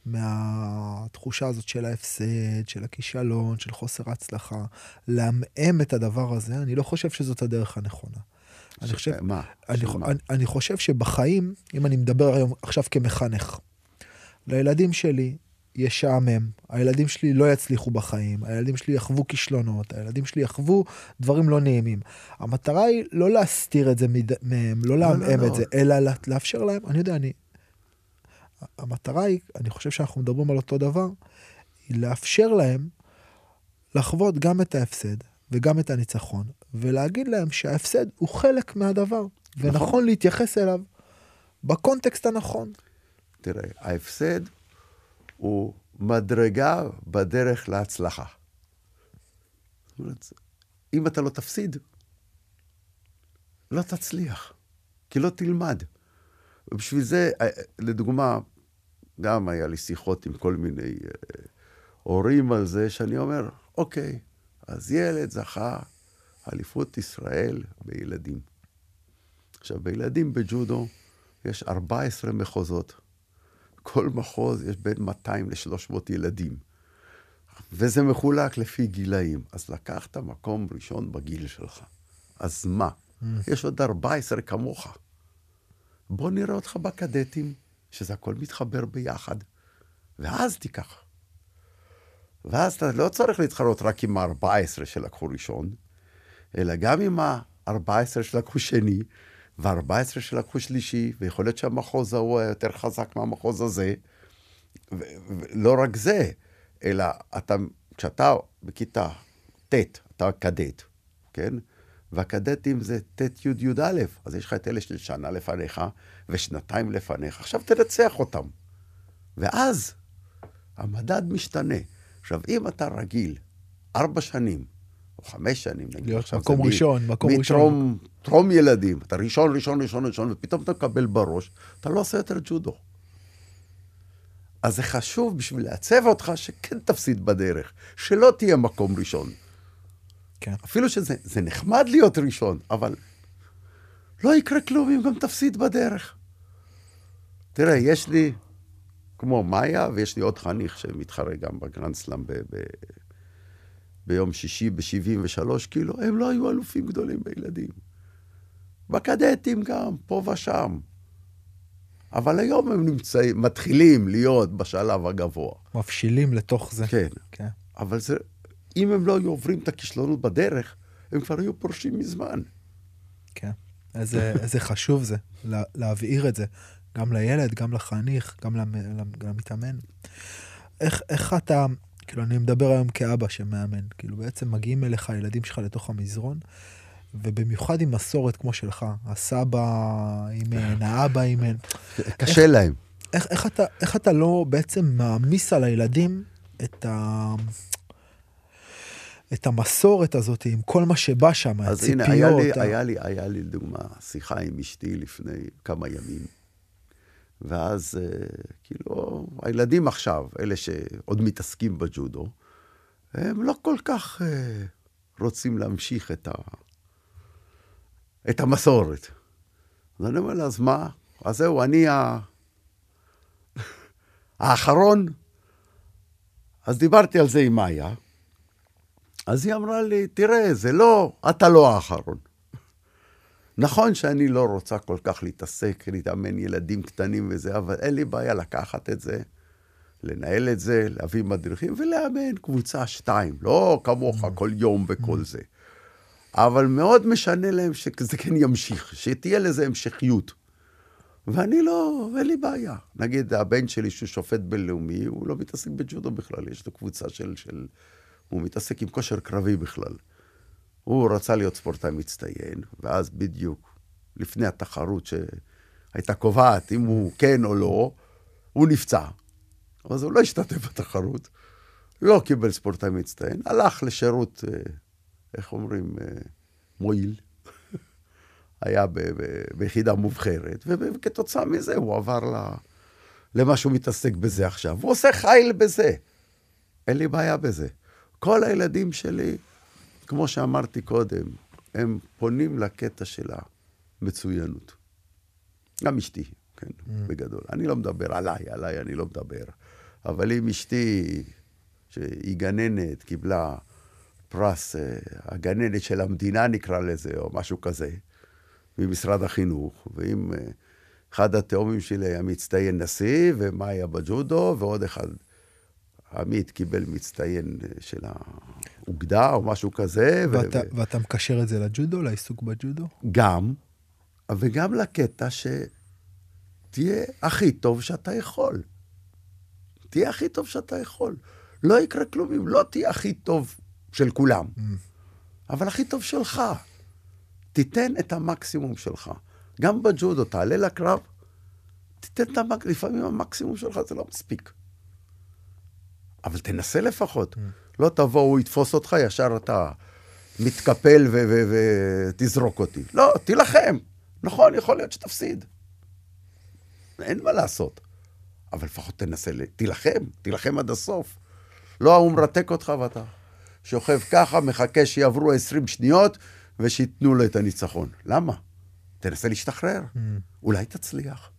מהתחושה הזאת של ההפסד, של הכישלון, של חוסר הצלחה, להמאם את הדבר הזה, אני לא חושב שזאת הדרך הנכונה. אני חושב, מה? אני, אני, אני חושב שבחיים, אם אני מדבר היום עכשיו כמחנך, לילדים שלי ישעמם, הילדים שלי לא יצליחו בחיים, הילדים שלי יחוו כישלונות, הילדים שלי יחוו דברים לא נעימים. המטרה היא לא להסתיר את זה מהם, לא להמאם את זה, אלא לאפשר להם, אני יודע, אני... המטרה היא, אני חושב שאנחנו מדברים על אותו דבר, היא לאפשר להם לחוות גם את ההפסד וגם את הניצחון, ולהגיד להם שההפסד הוא חלק מהדבר, ונכון להתייחס אליו בקונטקסט הנכון. תראה, ההפסד הוא מדרגה בדרך להצלחה. זאת אומרת, אם אתה לא תפסיד, לא תצליח, כי לא תלמד. ובשביל זה, לדוגמה, גם היה לי שיחות עם כל מיני הורים על זה, שאני אומר, אוקיי, אז ילד זכה אליפות ישראל בילדים. עכשיו, בילדים בג'ודו יש ארבעה עשר מחוזות. כל מחוז יש בין מאתיים לשלוש מאות ילדים. וזה מחולק לפי גילאים. אז לקחת מקום ראשון בגיל שלך. אז מה? Mm. יש עוד ארבע עשרה כמוך. בוא נראה אותך בקדטים, שזה הכל מתחבר ביחד. ואז תיקח. ואז אתה לא צריך להתחרות רק עם ה-ארבע עשרה שלקחו ראשון, אלא גם עם ה-ארבע עשרה שלקחו שני, וה-ארבע עשרה שלקחו שלישי, ויכול להיות שהמחוז ההוא היה יותר חזק מהמחוז הזה. ולא רק זה, אלא אתה, כשאתה בכיתה ט', אתה קדט, כן? והקדטים זה ט' י' י' א', אז יש לך את אלה של שנה לפניך, ושנתיים לפניך. עכשיו תנצח אותם. ואז המדד משתנה. עכשיו, אם אתה רגיל, ארבע שנים, או חמש שנים, נגיד, להיות מקום ראשון, מקום ראשון. מטרום, טרום ילדים, אתה ראשון, ראשון, ראשון, ראשון, ופתאום אתה מקבל בראש, אתה לא עושה יותר ג'ודו. אז זה חשוב בשביל לעצב אותך שכן תפסיד בדרך, שלא תהיה מקום ראשון. כן. אפילו שזה זה נחמד להיות ראשון, אבל לא יקרה כלום אם גם תפסיד בדרך. תראה, יש לי, כמו מאיה, ויש לי עוד חניך שמתחרה גם בגרנדסלאם ב... ב ביום שישי ב-שבעים ושלוש קילו, הם לא היו אלופים גדולים בילדים. בקדטים גם, פה ושם. אבל היום הם נמצאים, מתחילים להיות בשלב הגבוה. מפשילים לתוך זה. כן. כן. אבל זה, אם הם לא היו עוברים את הכישלונות בדרך, הם כבר היו פורשים מזמן. כן. איזה, איזה חשוב זה, לה, להבהיר את זה. גם לילד, גם לחניך, גם למתאמן. איך, איך אתה... כאילו, אני מדבר היום כאבא שמאמן. כאילו, בעצם מגיעים אליך הילדים שלך לתוך המזרון, ובמיוחד עם מסורת כמו שלך, הסבא אימן, האבא אימן. קשה איך, להם. איך, איך, אתה, איך אתה לא בעצם מעמיס על הילדים את, ה, את המסורת הזאת, עם כל מה שבא שם, אז הציפיות. הנה, היה לי, ה... היה לי, היה לי, דוגמה, שיחה עם אשתי לפני כמה ימים. ואז, כאילו, הילדים עכשיו, אלה שעוד מתעסקים בג'ודו, הם לא כל כך רוצים להמשיך את, ה... את המסורת. אז אני אומר לה, אז מה? אז זהו, אני ה... האחרון. אז דיברתי על זה עם מאיה, אז היא אמרה לי, תראה, זה לא, אתה לא האחרון. נכון שאני לא רוצה כל כך להתעסק, להתאמן ילדים קטנים וזה, אבל אין לי בעיה לקחת את זה, לנהל את זה, להביא מדריכים ולאמן קבוצה שתיים, לא כמוך כל יום וכל זה. אבל מאוד משנה להם שזה כן ימשיך, שתהיה לזה המשכיות. ואני לא, אין לי בעיה. נגיד, הבן שלי שהוא שופט בינלאומי, הוא לא מתעסק בג'ודו בכלל, יש לו קבוצה של, של... הוא מתעסק עם כושר קרבי בכלל. הוא רצה להיות ספורטאי מצטיין, ואז בדיוק, לפני התחרות שהייתה קובעת, אם הוא כן או לא, הוא נפצע. אז הוא לא השתתף בתחרות, לא קיבל ספורטאי מצטיין, הלך לשירות, איך אומרים, מועיל. היה ב- ב- ביחידה מובחרת, וכתוצאה מזה הוא עבר למה שהוא מתעסק בזה עכשיו. הוא עושה חייל בזה. אין לי בעיה בזה. כל הילדים שלי, כמו שאמרתי קודם, הם פונים לקטע של המצוינות. גם אשתי, כן, mm. בגדול. אני לא מדבר עליי, עליי אני לא מדבר. אבל אם אשתי, שהיא גננת, קיבלה פרס, הגננת של המדינה נקרא לזה, או משהו כזה, ממשרד החינוך, ועם אחד התאומים שלי היה מצטיין נשיא, ומה היה בג'ודו, ועוד אחד, עמית קיבל מצטיין של האוגדה, או משהו כזה. ואתה, ו... ואתה מקשר את זה לג'ודו, לעיסוק בג'ודו? גם, וגם לקטע שתהיה הכי טוב שאתה יכול. תהיה הכי טוב שאתה יכול. לא יקרה כלום אם לא תהיה הכי טוב של כולם, mm. אבל הכי טוב שלך. תיתן את המקסימום שלך. גם בג'ודו, תעלה לקרב, תיתן את המקסימום, לפעמים המקסימום שלך זה לא מספיק. אבל תנסה לפחות. Mm. לא תבוא, הוא יתפוס אותך, ישר אתה מתקפל ותזרוק אותי. לא, תילחם. נכון, יכול להיות שתפסיד. אין מה לעשות. אבל לפחות תנסה, תילחם, תילחם עד הסוף. לא, הוא מרתק אותך ואתה שוכב ככה, מחכה שיעברו עשרים שניות, ושיתנו לו את הניצחון. למה? תנסה להשתחרר. Mm. אולי תצליח.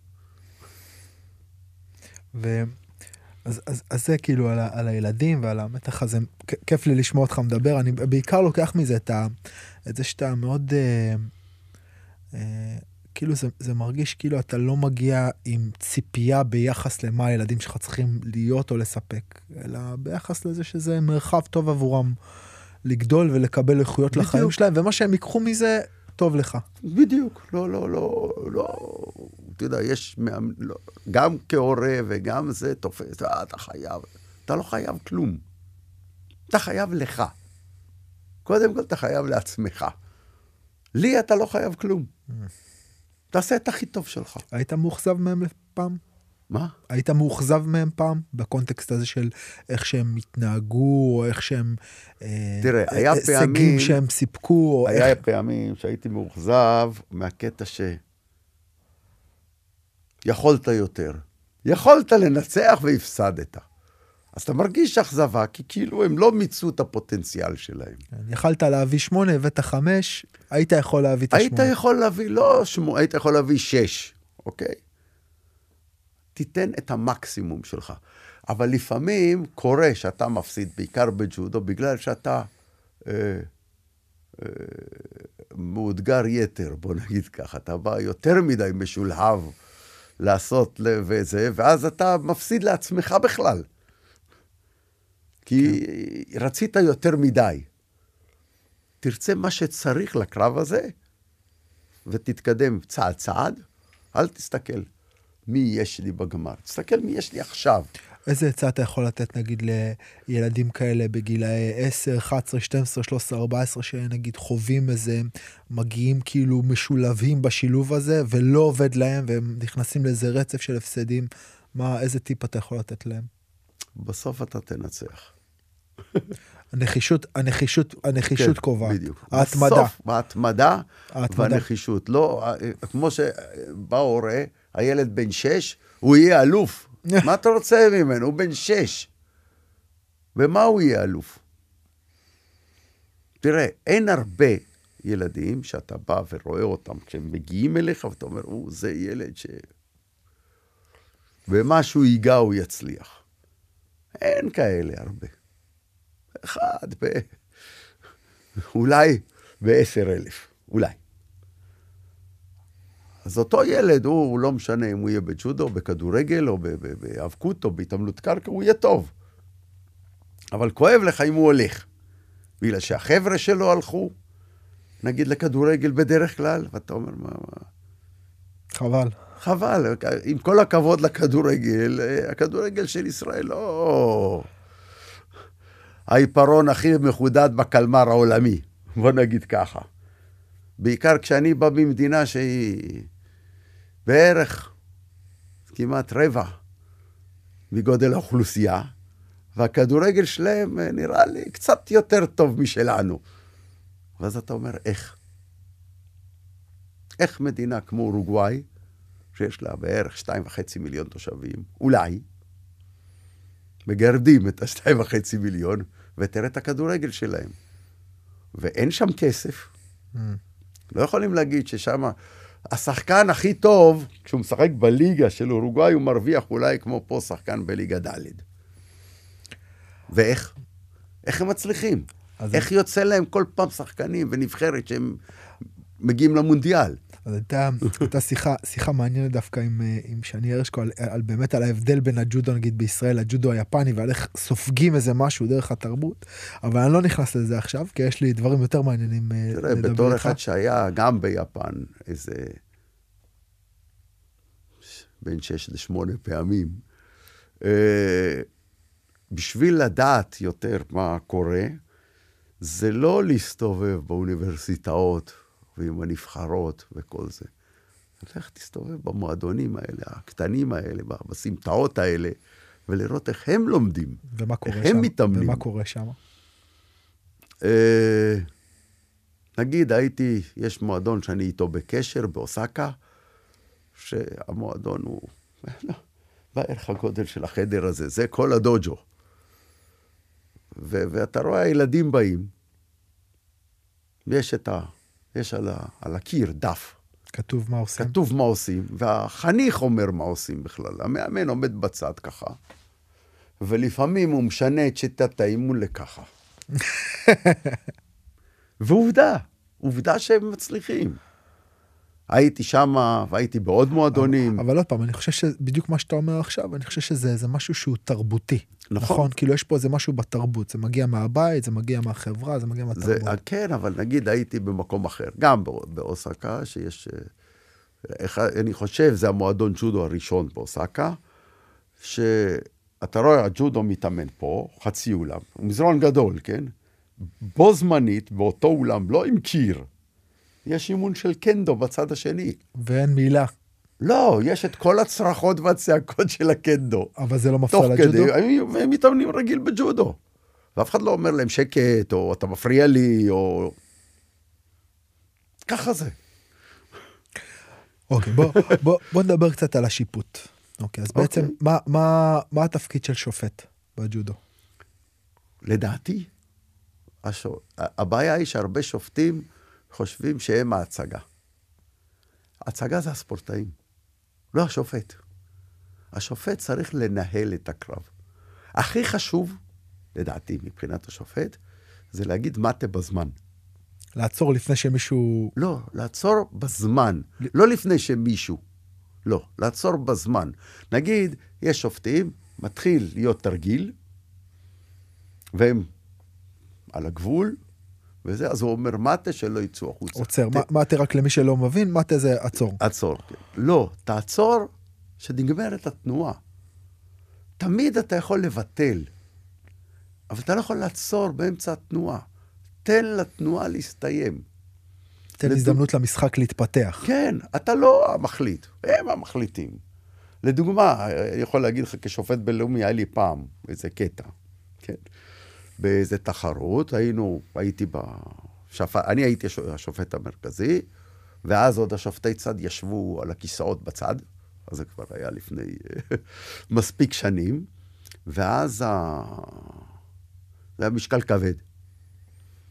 ו... אז, אז, אז זה כאילו על, ה, על הילדים ועל המתח הזה, כ- כיף לי לשמוע אותך מדבר, אני בעיקר לוקח מזה את, ה, את זה שאתה מאוד, אה, אה, כאילו זה, זה מרגיש כאילו אתה לא מגיע עם ציפייה ביחס למה הילדים שלך צריכים להיות או לספק, אלא ביחס לזה שזה מרחב טוב עבורם לגדול ולקבל איכויות בדיוק. לחיים שלהם, ומה שהם ייקחו מזה טוב לך. בדיוק, לא, לא, לא, לא, אתה יודע, יש, לא, גם כהורה וגם זה תופס, אתה חייב, אתה לא חייב כלום. אתה חייב לך. קודם כל אתה חייב לעצמך. לי אתה לא חייב כלום. תעשה את הכי טוב שלך. היית מאוכזב מהם פעם? מה? היית מאוכזב מהם פעם? בקונטקסט הזה של איך שהם התנהגו, או איך שהם... תראה, אה, היה הישגים פעמים... שהם סיפקו, או היה איך... פעמים שהייתי מאוכזב מהקטע ש... יכולת יותר. יכולת לנצח והפסדת. אז אתה מרגיש אכזבה, כי כאילו הם לא מיצו את הפוטנציאל שלהם. יכולת להביא שמונה, הבאת חמש, היית יכול להביא את השמונה. היית יכול להביא, לא שמונה, היית יכול להביא שש, אוקיי? תיתן את המקסימום שלך. אבל לפעמים קורה שאתה מפסיד, בעיקר בג'ודו, בגלל שאתה אה, אה, מאותגר יתר, בוא נגיד ככה, אתה בא יותר מדי משולהב לעשות וזה, ואז אתה מפסיד לעצמך בכלל. כי כן. רצית יותר מדי. תרצה מה שצריך לקרב הזה, ותתקדם צעד צעד, אל תסתכל מי יש לי בגמר. תסתכל מי יש לי עכשיו. איזה עצה אתה יכול לתת, נגיד, לילדים כאלה בגילאי עשר, אחת עשרה, שתים עשרה, שלוש עשרה, ארבע עשרה, שנגיד חווים איזה, מגיעים כאילו משולבים בשילוב הזה, ולא עובד להם, והם נכנסים לאיזה רצף של הפסדים. מה, איזה טיפ אתה יכול לתת להם? בסוף אתה תנצח. הנחישות, הנחישות, הנחישות כן, קובעת. בדיוק. ההתמדה. בסוף, ההתמדה, ההתמדה. והנחישות. לא, כמו שבא הורה, הילד בן שש, הוא יהיה אלוף. מה אתה רוצה ממנו? הוא בן שש. ומה הוא יהיה אלוף? תראה, אין הרבה ילדים שאתה בא ורואה אותם כשהם מגיעים אליך, ואתה אומר, או, זה ילד ש... ומשהו ייגע הוא יצליח. אין כאלה הרבה. אחד ב... אולי בעשר אלף, אולי. אז אותו ילד, הוא, הוא לא משנה אם הוא יהיה בג'ודו, בכדורגל, או בהאבקות, או בהתעמלות קרקע, הוא יהיה טוב. אבל כואב לך אם הוא הולך. בגלל שהחבר'ה שלו הלכו, נגיד לכדורגל בדרך כלל, ואתה אומר, מה... מה... חבל. חבל, עם כל הכבוד לכדורגל, הכדורגל של ישראל לא... העיפרון הכי מחודד בקלמר העולמי, בוא נגיד ככה. בעיקר כשאני בא במדינה שהיא בערך כמעט רבע מגודל האוכלוסייה, והכדורגל שלהם נראה לי קצת יותר טוב משלנו. ואז אתה אומר, איך? איך מדינה כמו אורוגוואי, שיש לה בערך שתיים וחצי מיליון תושבים, אולי, מגרדים את השתיים וחצי מיליון, ותראה את הכדורגל שלהם. ואין שם כסף. Mm. לא יכולים להגיד ששם השחקן הכי טוב, כשהוא משחק בליגה של אורוגוואי, הוא מרוויח אולי כמו פה שחקן בליגה ד'. ואיך? איך הם מצליחים? איך יוצא להם כל פעם שחקנים ונבחרת שהם מגיעים למונדיאל? אז הייתה, הייתה שיחה, שיחה מעניינת דווקא עם, עם שני הרשקו, על, על באמת על ההבדל בין הג'ודו, נגיד בישראל, הג'ודו היפני, ועל איך סופגים איזה משהו דרך התרבות, אבל אני לא נכנס לזה עכשיו, כי יש לי דברים יותר מעניינים תראה, לדבר בתור לך. אחד שהיה גם ביפן, איזה בין שש לשמונה פעמים, אה, בשביל לדעת יותר מה קורה, זה לא להסתובב באוניברסיטאות, ועם הנבחרות וכל זה. לך תסתובב במועדונים האלה, הקטנים האלה, בסמטאות האלה, ולראות איך הם לומדים. ומה קורה איך שם? הם מתאמנים. ומה קורה שם? אה, נגיד, הייתי, יש מועדון שאני איתו בקשר, באוסקה, שהמועדון הוא, לא, בערך הגודל של החדר הזה, זה כל הדוג'ו. ו- ואתה רואה, הילדים באים, יש את ה... יש על, ה, על הקיר דף. כתוב מה עושים. כתוב מה עושים, והחניך אומר מה עושים בכלל. המאמן עומד בצד ככה, ולפעמים הוא משנה את שיטת האימון לככה. ועובדה, עובדה שהם מצליחים. הייתי שם, והייתי בעוד מועדונים. אבל, אבל עוד פעם, אני חושב שבדיוק מה שאתה אומר עכשיו, אני חושב שזה זה משהו שהוא תרבותי. נכון. נכון? כאילו יש פה איזה משהו בתרבות, זה מגיע מהבית, זה מגיע מהחברה, זה מגיע מהתרבות. זה, כן, אבל נגיד הייתי במקום אחר, גם באוסקה, שיש, אני חושב, זה המועדון ג'ודו הראשון באוסקה, שאתה רואה, הג'ודו מתאמן פה, חצי אולם, הוא מזרון גדול, כן? בו זמנית, באותו אולם, לא עם קיר, יש אימון של קנדו בצד השני. ואין מילה. לא, יש את כל הצרחות והצעקות של הקנדו. אבל זה לא מפריע לג'ודו? הם, הם מתאמנים רגיל בג'ודו. ואף אחד לא אומר להם שקט, או אתה מפריע לי, או... ככה זה. אוקיי, בוא, בוא, בוא נדבר קצת על השיפוט. אוקיי, אז בעצם, אוקיי. מה, מה, מה התפקיד של שופט בג'ודו? לדעתי, השו... הבעיה היא שהרבה שופטים חושבים שהם ההצגה. ההצגה זה הספורטאים, לא השופט. השופט צריך לנהל את הקרב. הכי חשוב, לדעתי, מבחינת השופט, זה להגיד מטה בזמן. לעצור לפני שמישהו... לא, לעצור בזמן. לא לפני שמישהו. לא, לעצור בזמן. נגיד, יש שופטים, מתחיל להיות תרגיל, והם על הגבול, וזה, אז הוא אומר, מטה שלא יצאו החוצה. עוצר, ת... מטה רק למי שלא מבין, מטה זה עצור. עצור, כן. לא, תעצור שתגמרת התנועה. תמיד אתה יכול לבטל, אבל אתה לא יכול לעצור באמצע התנועה. תן לתנועה להסתיים. תן לדוג... הזדמנות למשחק להתפתח. כן, אתה לא המחליט, הם המחליטים. לדוגמה, אני יכול להגיד לך, כשופט בינלאומי, היה לי פעם איזה קטע, כן? באיזה תחרות, היינו, הייתי בשפט, אני הייתי השופט המרכזי, ואז עוד השופטי צד ישבו על הכיסאות בצד, אז זה כבר היה לפני מספיק שנים, ואז ה... זה היה משקל כבד.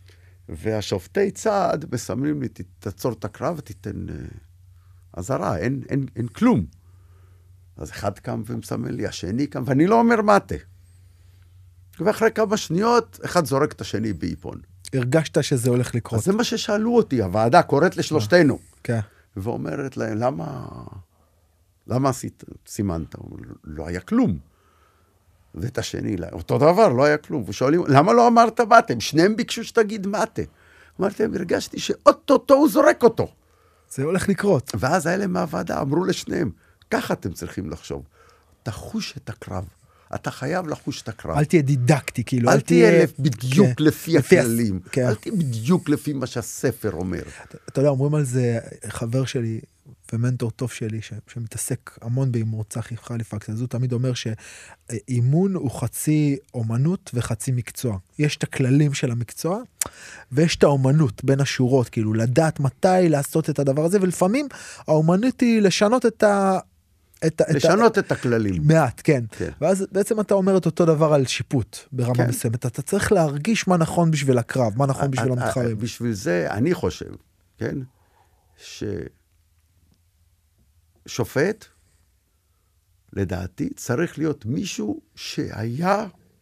והשופטי צעד מסמנים לי, תעצור את הקרב ותיתן עזרה, אין, אין, אין כלום. אז אחד קם ומסמן לי, השני קם, ואני לא אומר מטה. ואחרי כמה שניות, אחד זורק את השני באיפון. הרגשת שזה הולך לקרות. אז זה מה ששאלו אותי, הוועדה קוראת לשלושתנו. כן. ואומרת להם, למה, למה עשית, סימנת? לא היה כלום. ואת השני, אותו דבר, לא היה כלום. ושואלים, למה לא אמרת מטה? שניהם ביקשו שתגיד מטה. אמרתי, הרגשתי שאוטוטו הוא זורק אותו. זה הולך לקרות. ואז האלה מהוועדה אמרו לשניהם, ככה אתם צריכים לחשוב. תחוש את הקרב. אתה חייב לחוש את הקרב. אל תהיה דידקטי, כאילו. אל תהיה בדיוק לפי הכללים. אל תהיה בדיוק לפי מה שהספר אומר. אתה יודע, אומרים על זה, חבר שלי ומנטור טוב שלי, שמתעסק המון באימון, צחי חליפקס, אז הוא תמיד אומר שאימון הוא חצי אומנות וחצי מקצוע. יש את הכללים של המקצוע, ויש את האומנות בין השורות, כאילו, לדעת מתי לעשות את הדבר הזה, ולפעמים האומנות היא לשנות את ה... את, לשנות את, את הכללים. מעט, כן. כן. ואז בעצם אתה אומר את אותו דבר על שיפוט ברמה כן. מסוימת. אתה צריך להרגיש מה נכון בשביל הקרב, מה נכון בשביל המתחרים. בשביל זה אני חושב, כן, ששופט, לדעתי, צריך להיות מישהו שהיה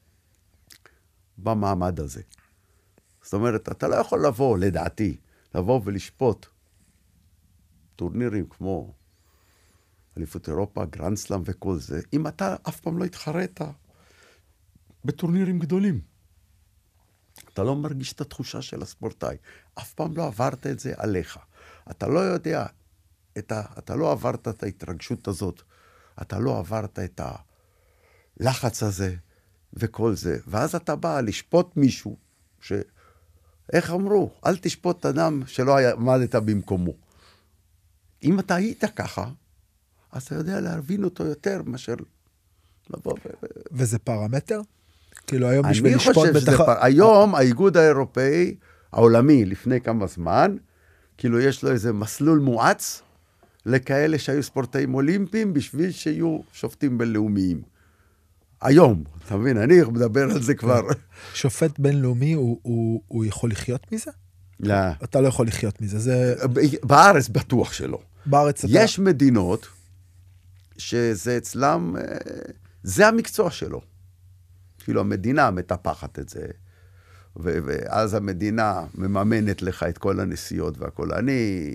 במעמד הזה. זאת אומרת, אתה לא יכול לבוא, לדעתי, לבוא ולשפוט טורנירים כמו אליפות אירופה, גרנד סלאם וכל זה, אם אתה אף פעם לא התחרית בטורנירים גדולים. אתה לא מרגיש את התחושה של הספורטאי. אף פעם לא עברת את זה עליך. אתה לא יודע, את ה, אתה לא עברת את ההתרגשות הזאת. אתה לא עברת את הלחץ הזה וכל זה. ואז אתה בא לשפוט מישהו, ש... איך אמרו? אל תשפוט אדם שלא עמדת במקומו. אם אתה היית ככה, אז אתה יודע להבין אותו יותר מאשר לבוא ו... וזה פרמטר? כאילו היום בשביל אני לשפוט חושב שזה בתח... פר... היום האיגוד האירופאי, העולמי, לפני כמה זמן, כאילו יש לו איזה מסלול מואץ, לכאלה שהיו ספורטאים אולימפיים, בשביל שיהיו שופטים בינלאומיים. היום, אתה מבין, אני מדבר על זה כבר. שופט בינלאומי, הוא, הוא, הוא יכול לחיות מזה? לא. אתה לא יכול לחיות מזה, זה... בארץ בטוח שלא. בארץ אתה... יש מדינות, שזה אצלם, זה המקצוע שלו. כאילו המדינה מטפחת את זה, ו- ואז המדינה מממנת לך את כל הנסיעות והכל. אני,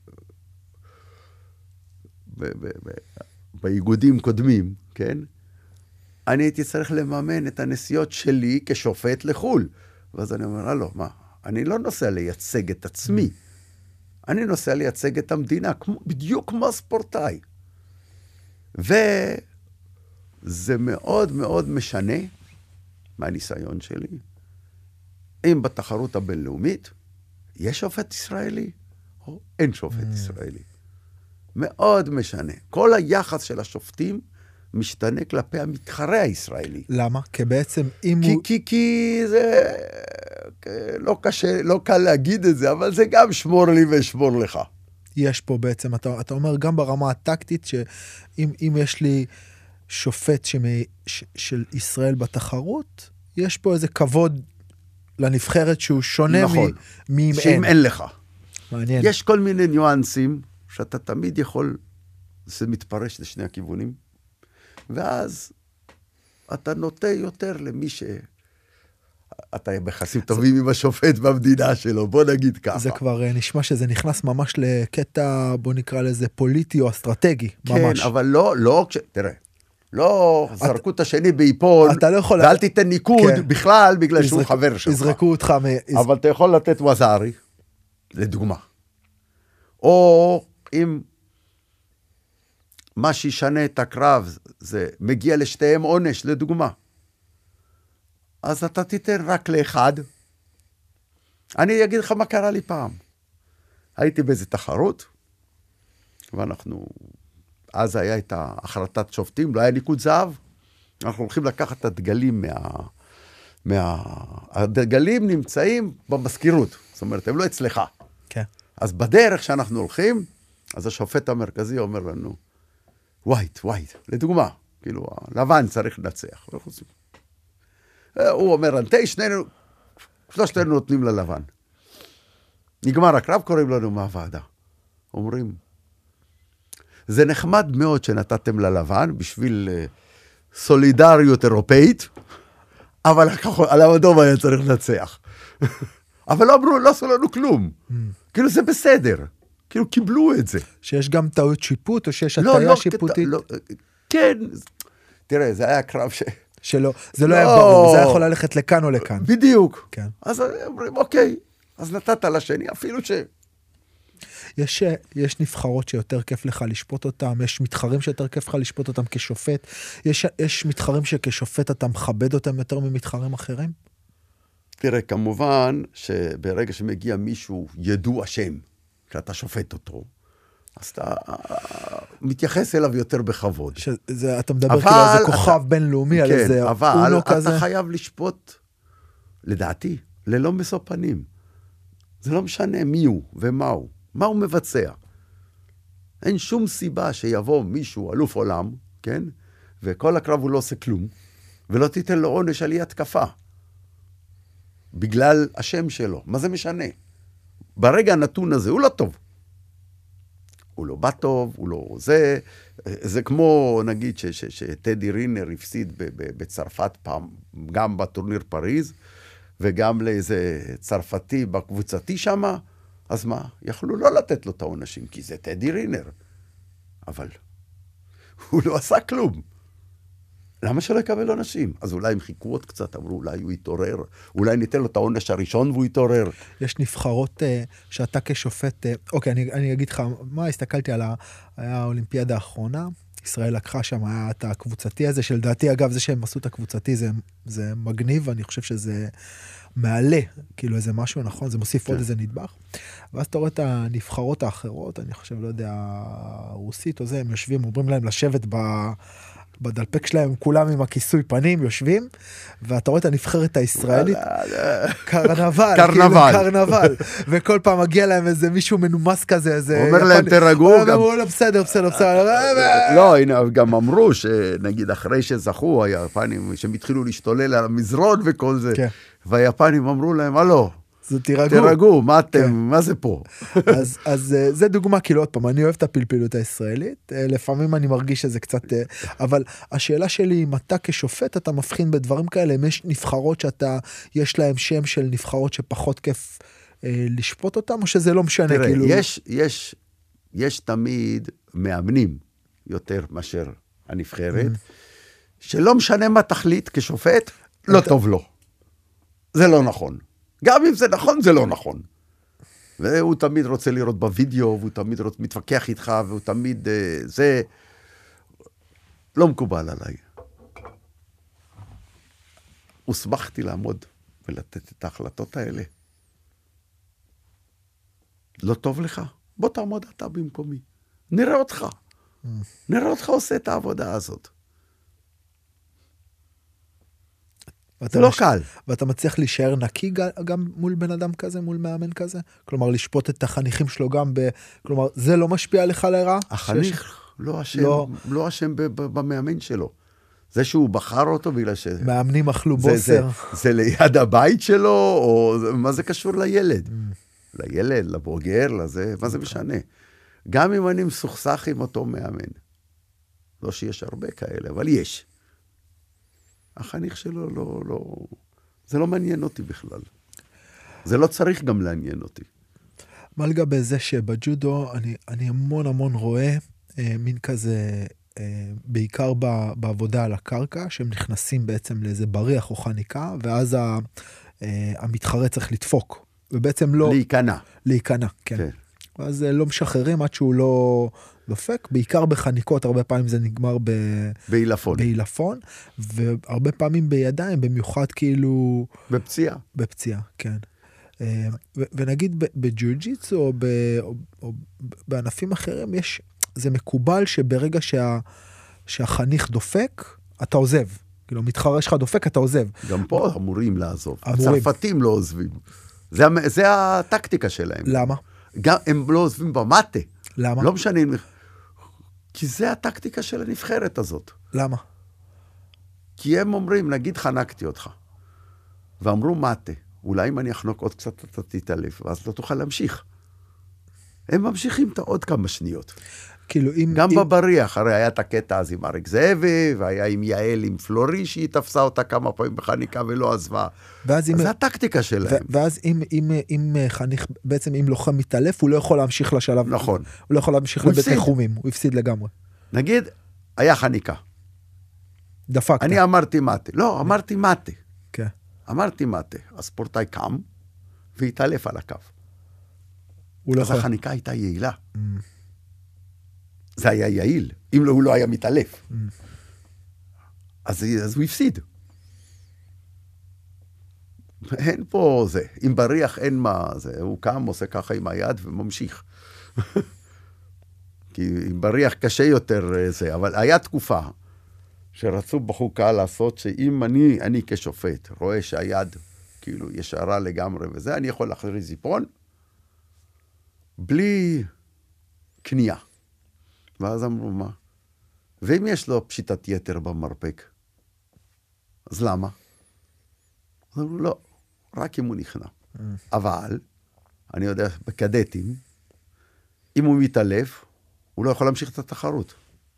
ב- ב- ב- באיגודים קודמים, כן? אני הייתי צריך לממן את הנסיעות שלי כשופט לחול. ואז אני אומר, לא, מה? אני לא נוסע לייצג את עצמי. אני נוסע לייצג את המדינה, כמו, בדיוק כמו ספורטאי. וזה מאוד מאוד משנה מהניסיון שלי. אם בתחרות הבינלאומית יש שופט ישראלי או אין שופט mm. ישראלי. מאוד משנה. כל היחס של השופטים משתנה כלפי המתחרה הישראלי. למה? כי בעצם אם כי, הוא... כי, כי זה לא קשה, לא קל להגיד את זה, אבל זה גם שמור לי ושמור לך. יש פה בעצם, אתה, אתה אומר גם ברמה הטקטית, שאם אם יש לי שופט שמי, ש, של ישראל בתחרות, יש פה איזה כבוד לנבחרת שהוא שונה נכון. מאם שאם אין. אין לך. מעניין. יש כל מיני ניואנסים, שאתה תמיד יכול, זה מתפרש לשני הכיוונים, ואז אתה נוטה יותר למי ש... אתה ביחסים טובים עם השופט במדינה שלו, בוא נגיד ככה. זה כבר נשמע שזה נכנס ממש לקטע, בוא נקרא לזה פוליטי או אסטרטגי, ממש. כן, אבל לא, לא, תראה, לא זרקו את השני באיפון, ואל תיתן ניקוד בכלל, בגלל שהוא חבר שלך. יזרקו אותך. אבל אתה יכול לתת וזארי, לדוגמה. או אם מה שישנה את הקרב, זה מגיע לשתיהם עונש, לדוגמה. אז אתה תיתן רק לאחד. אני אגיד לך מה קרה לי פעם. הייתי באיזה תחרות, ואנחנו, אז היה את ההחלטת שופטים, לא היה ניקוד זהב, אנחנו הולכים לקחת את הדגלים מה... מה... הדגלים נמצאים במזכירות, זאת אומרת, הם לא אצלך. כן. אז בדרך שאנחנו הולכים, אז השופט המרכזי אומר לנו, ווייט, ווייט, לדוגמה, כאילו, הלבן צריך לנצח. הוא אומר, אנטי, שנינו, שלושתנו נותנים ללבן. נגמר הקרב, קוראים לנו מהוועדה. אומרים, זה נחמד מאוד שנתתם ללבן בשביל uh, סולידריות אירופאית, אבל על האדום היה צריך לנצח. אבל לא אמרו, לא עשו לנו כלום. Mm. כאילו זה בסדר. כאילו קיבלו את זה. שיש גם טעות שיפוט, או שיש לא, הטעיה לא, שיפוטית? לא, כן. תראה, זה היה קרב ש... שלא, זה לא, לא היה ברור, זה יכול ללכת לכאן או לכאן. בדיוק. כן. אז אומרים, אוקיי, אז נתת לשני, אפילו ש... יש, יש נבחרות שיותר כיף לך לשפוט אותם, יש מתחרים שיותר כיף לך לשפוט אותם כשופט, יש, יש מתחרים שכשופט אתה מכבד אותם יותר ממתחרים אחרים? תראה, כמובן שברגע שמגיע מישהו ידוע שם, כשאתה שופט אותו, אז אתה מתייחס אליו יותר בכבוד. שזה, אתה מדבר כאילו על איזה כוכב בינלאומי, כן, על איזה אונו כזה. אבל אתה חייב לשפוט, לדעתי, ללא משוא פנים. זה לא משנה מי הוא ומה הוא. מה הוא מבצע? אין שום סיבה שיבוא מישהו, אלוף עולם, כן? וכל הקרב הוא לא עושה כלום, ולא תיתן לו עונש על אי התקפה. בגלל השם שלו. מה זה משנה? ברגע הנתון הזה הוא לא טוב. הוא לא בא טוב, הוא לא זה. זה כמו, נגיד, ש- ש- שטדי רינר הפסיד ב- ב- בצרפת פעם, גם בטורניר פריז, וגם לאיזה צרפתי בקבוצתי שמה, אז מה? יכלו לא לתת לו את העונשים, כי זה טדי רינר. אבל הוא לא עשה כלום. למה שלא יקבל עונשים? אז אולי הם חיכו עוד קצת, אמרו, אולי הוא יתעורר, אולי ניתן לו את העונש הראשון והוא יתעורר. יש נבחרות uh, שאתה כשופט, uh, אוקיי, אני, אני אגיד לך, מה, הסתכלתי על ה, האולימפיאדה האחרונה, ישראל לקחה שם, היה את הקבוצתי הזה, שלדעתי, אגב, זה שהם עשו את הקבוצתי, זה, זה מגניב, ואני חושב שזה מעלה, כאילו איזה משהו, נכון? זה מוסיף כן. עוד איזה נדבך. ואז אתה רואה את הנבחרות האחרות, אני חושב, לא יודע, רוסית או זה, הם יושבים, אומרים להם לשבת ב... בדלפק שלהם, כולם עם הכיסוי פנים, יושבים, ואתה רואה את הנבחרת הישראלית, קרנבל, קרנבל, קרנבל, וכל פעם מגיע להם איזה מישהו מנומס כזה, איזה... אומר להם, תרגעו. אמרו לו, בסדר, בסדר, בסדר. לא, הנה, גם אמרו שנגיד, אחרי שזכו, היפנים, שהם התחילו להשתולל על המזרון וכל זה, והיפנים אמרו להם, הלו, תירגעו. תירגעו, מה אתם, מה זה פה? אז, אז זה דוגמה, כאילו עוד פעם, אני אוהב את הפלפלות הישראלית, לפעמים אני מרגיש שזה קצת, אבל השאלה שלי, אם אתה כשופט, אתה מבחין בדברים כאלה, אם יש נבחרות שאתה, יש להם שם של נבחרות שפחות כיף אה, לשפוט אותם, או שזה לא משנה, תראה, כאילו... יש, יש, יש תמיד מאמנים יותר מאשר הנבחרת, שלא משנה מה תחליט כשופט, לא טוב לו. זה לא נכון. גם אם זה נכון, זה לא נכון. והוא תמיד רוצה לראות בווידאו, והוא תמיד רוצה, מתווכח איתך, והוא תמיד, אה, זה לא מקובל עליי. הוסמכתי לעמוד ולתת את ההחלטות האלה. לא טוב לך? בוא תעמוד אתה במקומי. נראה אותך. נראה אותך עושה את העבודה הזאת. זה לא קל. ואתה מצליח להישאר נקי גם מול בן אדם כזה, מול מאמן כזה? כלומר, לשפוט את החניכים שלו גם ב... כלומר, זה לא משפיע לך לרעה? החניך לא אשם, לא אשם במאמן שלו. זה שהוא בחר אותו בגלל ש... מאמנים אכלו בוסר. זה ליד הבית שלו, או מה זה קשור לילד? לילד, לבוגר, לזה, מה זה משנה? גם אם אני מסוכסך עם אותו מאמן. לא שיש הרבה כאלה, אבל יש. החניך שלו לא, לא, זה לא מעניין אותי בכלל. זה לא צריך גם לעניין אותי. מה לגבי זה שבג'ודו, אני, אני המון המון רואה, אה, מין כזה, אה, בעיקר ב, בעבודה על הקרקע, שהם נכנסים בעצם לאיזה בריח או חניקה, ואז ה, אה, המתחרה צריך לדפוק. ובעצם לא... להיכנע. להיכנע, כן. כן. אז לא משחררים עד שהוא לא דופק, בעיקר בחניקות, הרבה פעמים זה נגמר ב... באילפון. באילפון, והרבה פעמים בידיים, במיוחד כאילו... בפציעה. בפציעה, כן. ו- ונגיד בג'יוג'יטסו, או, ב- או, או בענפים אחרים, יש, זה מקובל שברגע שה, שהחניך דופק, אתה עוזב. כאילו, מתחרה שלך דופק, אתה עוזב. גם פה אמורים לעזוב. אמורים. הצרפתים לא עוזבים. זה, זה הטקטיקה שלהם. למה? גם הם לא עוזבים במטה. למה? לא משנה. כי זה הטקטיקה של הנבחרת הזאת. למה? כי הם אומרים, נגיד חנקתי אותך. ואמרו מטה. אולי אם אני אחנוק עוד קצת, אתה תתעלף, ואז לא תוכל להמשיך. הם ממשיכים את עוד כמה שניות. כאילו, אם... גם אם... בבריח, הרי היה את הקטע אז עם אריק זאבי, והיה עם יעל, עם פלורי, שהיא תפסה אותה כמה פעמים בחניקה ולא עזבה. אז אם... זה הטקטיקה שלהם. ו... ואז אם, אם, אם חניך, בעצם אם לוחם מתעלף, הוא לא יכול להמשיך לשלב. נכון. הוא לא יכול להמשיך לבית ניחומים, הוא הפסיד לגמרי. נגיד, היה חניקה. דפקת. אני אמרתי מטה. לא, אמרתי מטה. כן. אמרתי מטה. הספורטאי קם, והתעלף על הקו. הוא לא אז יכול... החניקה הייתה יעילה. Mm. זה היה יעיל, אם לא, הוא לא היה מתעלף. Mm. אז, אז הוא הפסיד. אין פה זה. אם בריח אין מה זה. הוא קם, עושה ככה עם היד וממשיך. כי אם בריח קשה יותר זה. אבל היה תקופה שרצו בחוקה לעשות שאם אני, אני כשופט, רואה שהיד כאילו ישרה לגמרי וזה, אני יכול להחזיר זיפרון בלי קנייה. ואז אמרו, מה? ואם יש לו פשיטת יתר במרפק, אז למה? אז אמרו, לא, רק אם הוא נכנע. Mm. אבל, אני יודע, בקדטים, אם הוא מתעלף, הוא לא יכול להמשיך את התחרות.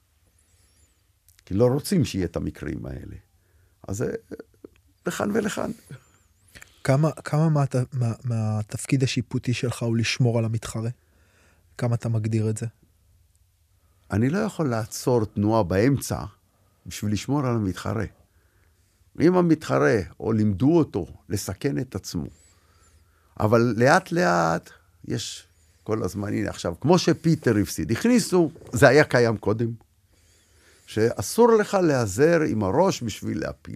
כי לא רוצים שיהיה את המקרים האלה. אז זה לכאן ולכאן. כמה, כמה מה, מה, מהתפקיד השיפוטי שלך הוא לשמור על המתחרה? כמה אתה מגדיר את זה? אני לא יכול לעצור תנועה באמצע בשביל לשמור על המתחרה. אם המתחרה, או לימדו אותו, לסכן את עצמו. אבל לאט לאט יש כל הזמן, הנה עכשיו, כמו שפיטר הפסיד, הכניסו, זה היה קיים קודם, שאסור לך להיעזר עם הראש בשביל להפיל.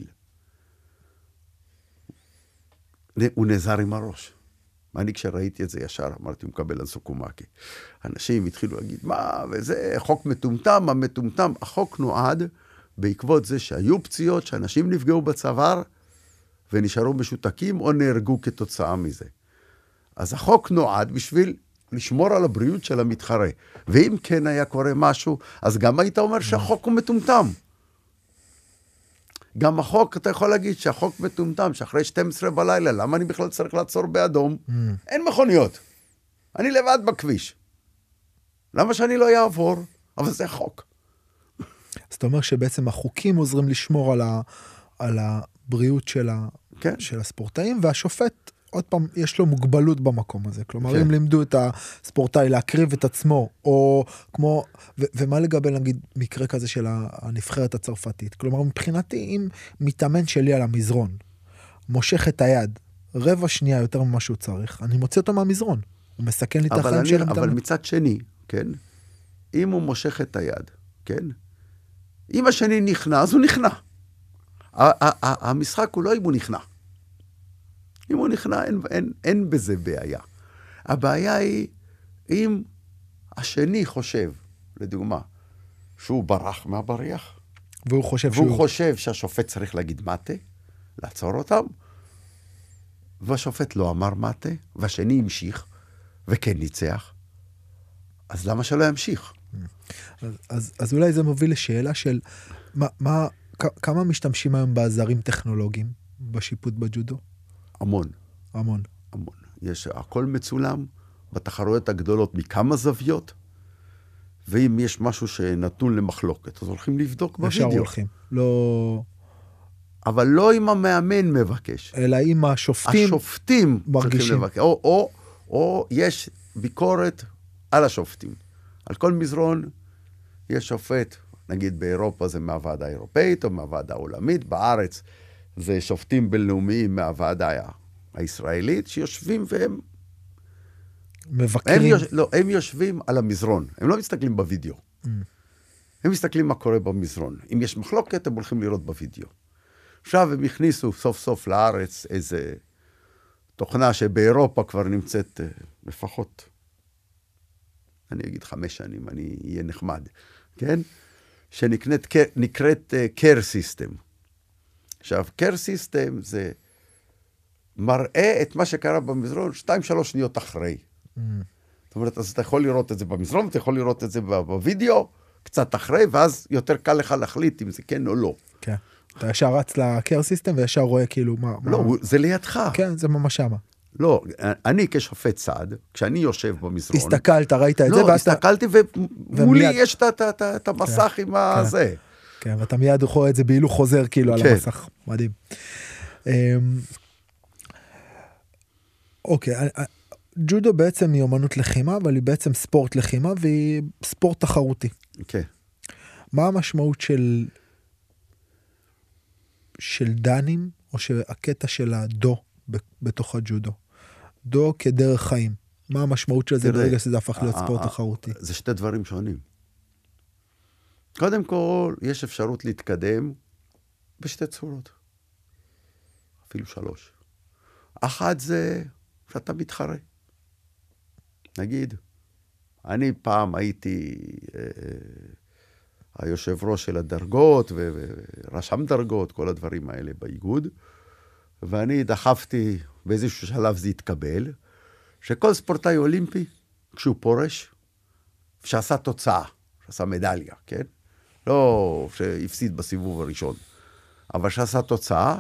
הוא נעזר עם הראש. אני כשראיתי את זה ישר, אמרתי, הוא מקבל על סוקומקי. אנשים התחילו להגיד, מה, וזה חוק מטומטם, המטומטם. החוק נועד בעקבות זה שהיו פציעות, שאנשים נפגעו בצוואר, ונשארו משותקים, או נהרגו כתוצאה מזה. אז החוק נועד בשביל לשמור על הבריאות של המתחרה. ואם כן היה קורה משהו, אז גם היית אומר שהחוק הוא מטומטם. גם החוק, אתה יכול להגיד שהחוק מטומטם, שאחרי שתים עשרה בלילה, למה אני בכלל צריך לעצור באדום? Mm. אין מכוניות. אני לבד בכביש. למה שאני לא יעבור? אבל זה חוק. אז אתה אומר שבעצם החוקים עוזרים לשמור על, ה, על הבריאות של, ה, כן. של הספורטאים, והשופט, עוד פעם, יש לו מוגבלות במקום הזה. כלומר, כן. אם לימדו את הספורטאי להקריב את עצמו, או כמו, ו, ומה לגבי, נגיד, מקרה כזה של הנבחרת הצרפתית? כלומר, מבחינתי, אם מתאמן שלי על המזרון, מושך את היד, רבע שנייה יותר ממה שהוא צריך, אני מוציא אותו מהמזרון. הוא מסכן לי את החיים של המתאמן. אבל מצד שני, כן? אם הוא מושך את היד, כן? אם השני נכנע, אז הוא נכנע. המשחק הוא לא אם הוא נכנע. אם הוא נכנע, אין, אין, אין בזה בעיה. הבעיה היא, אם השני חושב, לדוגמה, שהוא ברח מהבריח, והוא חושב, והוא שהוא... חושב שהשופט צריך להגיד מטה, לעצור אותם, והשופט לא אמר מטה, והשני המשיך, וכן ניצח, אז למה שלא ימשיך? אז, אז, אז אולי זה מוביל לשאלה של, מה, מה, כמה משתמשים היום בעזרים טכנולוגיים בשיפוט בג'ודו? המון. המון. המון. יש, הכל מצולם בתחרויות הגדולות מכמה זוויות, ואם יש משהו שנתון למחלוקת, אז הולכים לבדוק בווידאו. ישר הולכים. לא... אבל לא אם המאמן מבקש. אלא אם השופטים... השופטים מרגישים. לבקש. או, או, או יש ביקורת על השופטים. על כל מזרון יש שופט, נגיד באירופה זה מהוועדה האירופאית או מהוועדה העולמית, בארץ זה שופטים בינלאומיים מהוועדה הישראלית, שיושבים והם... מבקרים. הם, יוש... לא, הם יושבים על המזרון, הם לא מסתכלים בווידאו. Mm. הם מסתכלים מה קורה במזרון. אם יש מחלוקת, הם הולכים לראות בווידאו. עכשיו הם הכניסו סוף סוף לארץ איזה תוכנה שבאירופה כבר נמצאת לפחות, אני אגיד חמש שנים, אני אהיה נחמד, כן? שנקראת נקראת Care System. עכשיו, Care System זה מראה את מה שקרה במזרון שתיים שלוש שניות אחרי. Mm. זאת אומרת, אז אתה יכול לראות את זה במזרון, אתה יכול לראות את זה בווידאו, קצת אחרי, ואז יותר קל לך להחליט אם זה כן או לא. כן. אתה ישר רץ לקר סיסטם וישר רואה כאילו מה... לא, מה... זה לידך. כן, זה ממש שמה. לא, אני כשופט צד, כשאני יושב במזרון... הסתכלת, ראית את זה, לא, הסתכלתי ומולי יש את המסך עם הזה. כן, ואתה מיד רואה את זה בהילוך חוזר כאילו על המסך. מדהים. אוקיי, ג'ודו בעצם היא אומנות לחימה, אבל היא בעצם ספורט לחימה, והיא ספורט תחרותי. כן. מה המשמעות של של דנים, או שהקטע של הדו בתוך הג'ודו? דו כדרך חיים. מה המשמעות של זה ברגע שזה הפך להיות ספורט תחרותי? זה שתי דברים שונים. קודם כל, יש אפשרות להתקדם בשתי צורות. אפילו שלוש. אחת זה שאתה מתחרה. נגיד, אני פעם הייתי אה, היושב ראש של הדרגות, ורשם דרגות, כל הדברים האלה באיגוד, ואני דחפתי, באיזשהו שלב זה התקבל, שכל ספורטאי אולימפי, כשהוא פורש, שעשה תוצאה, שעשה מדליה, כן? לא שהפסיד בסיבוב הראשון, אבל שעשה תוצאה,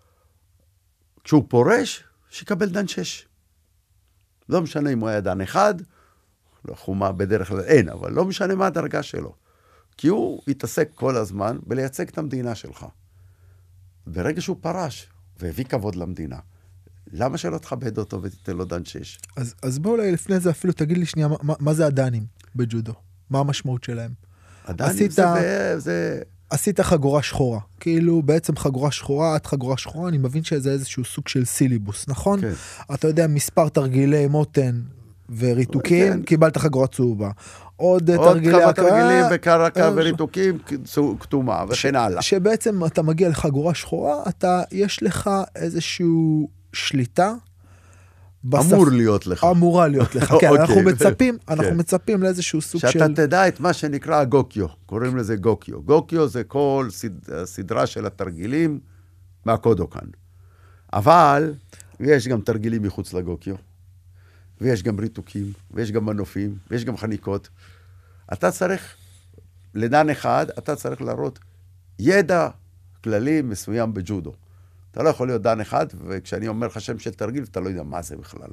כשהוא פורש, שיקבל דן שש. לא משנה אם הוא היה דן אחד, לא חומה בדרך כלל אין, אבל לא משנה מה הדרגה שלו. כי הוא התעסק כל הזמן בלייצג את המדינה שלך. ברגע שהוא פרש, והביא כבוד למדינה, למה שלא תכבד אותו ותיתן לו דן שש? אז, אז בואו אולי לפני זה אפילו תגיד לי שנייה, מה, מה זה הדנים בג'ודו? מה המשמעות שלהם? הדנים עשית, זה, זה... עשית חגורה שחורה. כאילו בעצם חגורה שחורה, עד חגורה שחורה, אני מבין שזה איזשהו סוג של סיליבוס, נכון? כן. אתה יודע, מספר תרגילי מותן וריתוקים, כן. קיבלת חגורה צהובה. עוד, עוד תרגילי כמה הקראה, תרגילים וקרקע וריתוקים, כתומה וכן הלאה. שבעצם אתה מגיע לחגורה שחורה, אתה, יש לך איזשהו שליטה, אמור להיות לך. אמורה להיות לך, כן, אנחנו מצפים, אנחנו מצפים לאיזשהו סוג של... שאתה תדע את מה שנקרא גוקיו, קוראים לזה גוקיו. גוקיו זה כל סדרה של התרגילים מהקודוקן. אבל יש גם תרגילים מחוץ לגוקיו, ויש גם ריתוקים, ויש גם מנופים, ויש גם חניקות. אתה צריך, לדן אחד, אתה צריך להראות ידע כללי מסוים בג'ודו. אתה לא יכול להיות דן אחד, וכשאני אומר לך שם של תרגיל, אתה לא יודע מה זה בכלל.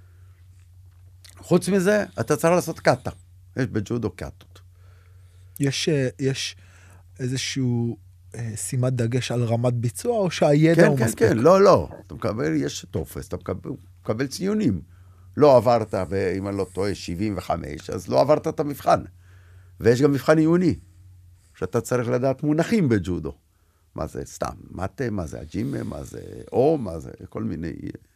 חוץ מזה, אתה צריך לעשות קאטה. יש בג'ודו קאטות. יש, יש איזשהו אה, שימת דגש על רמת ביצוע, או שהידע כן, הוא כן, מספיק? כן, כן, לא, לא. אתה מקבל, יש טופס, אתה מקבל, מקבל ציונים. לא עברת, ואם אני לא טועה, שבעים וחמש, אז לא עברת את המבחן. ויש גם מבחן עיוני, שאתה צריך לדעת מונחים בג'ודו. מה זה סתם, מטה, מה זה הג'ימה, מה זה או, מה זה כל מיני...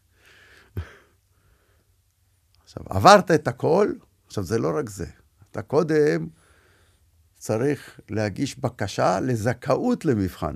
עכשיו, עברת את הכל, עכשיו זה לא רק זה. אתה קודם צריך להגיש בקשה לזכאות למבחן.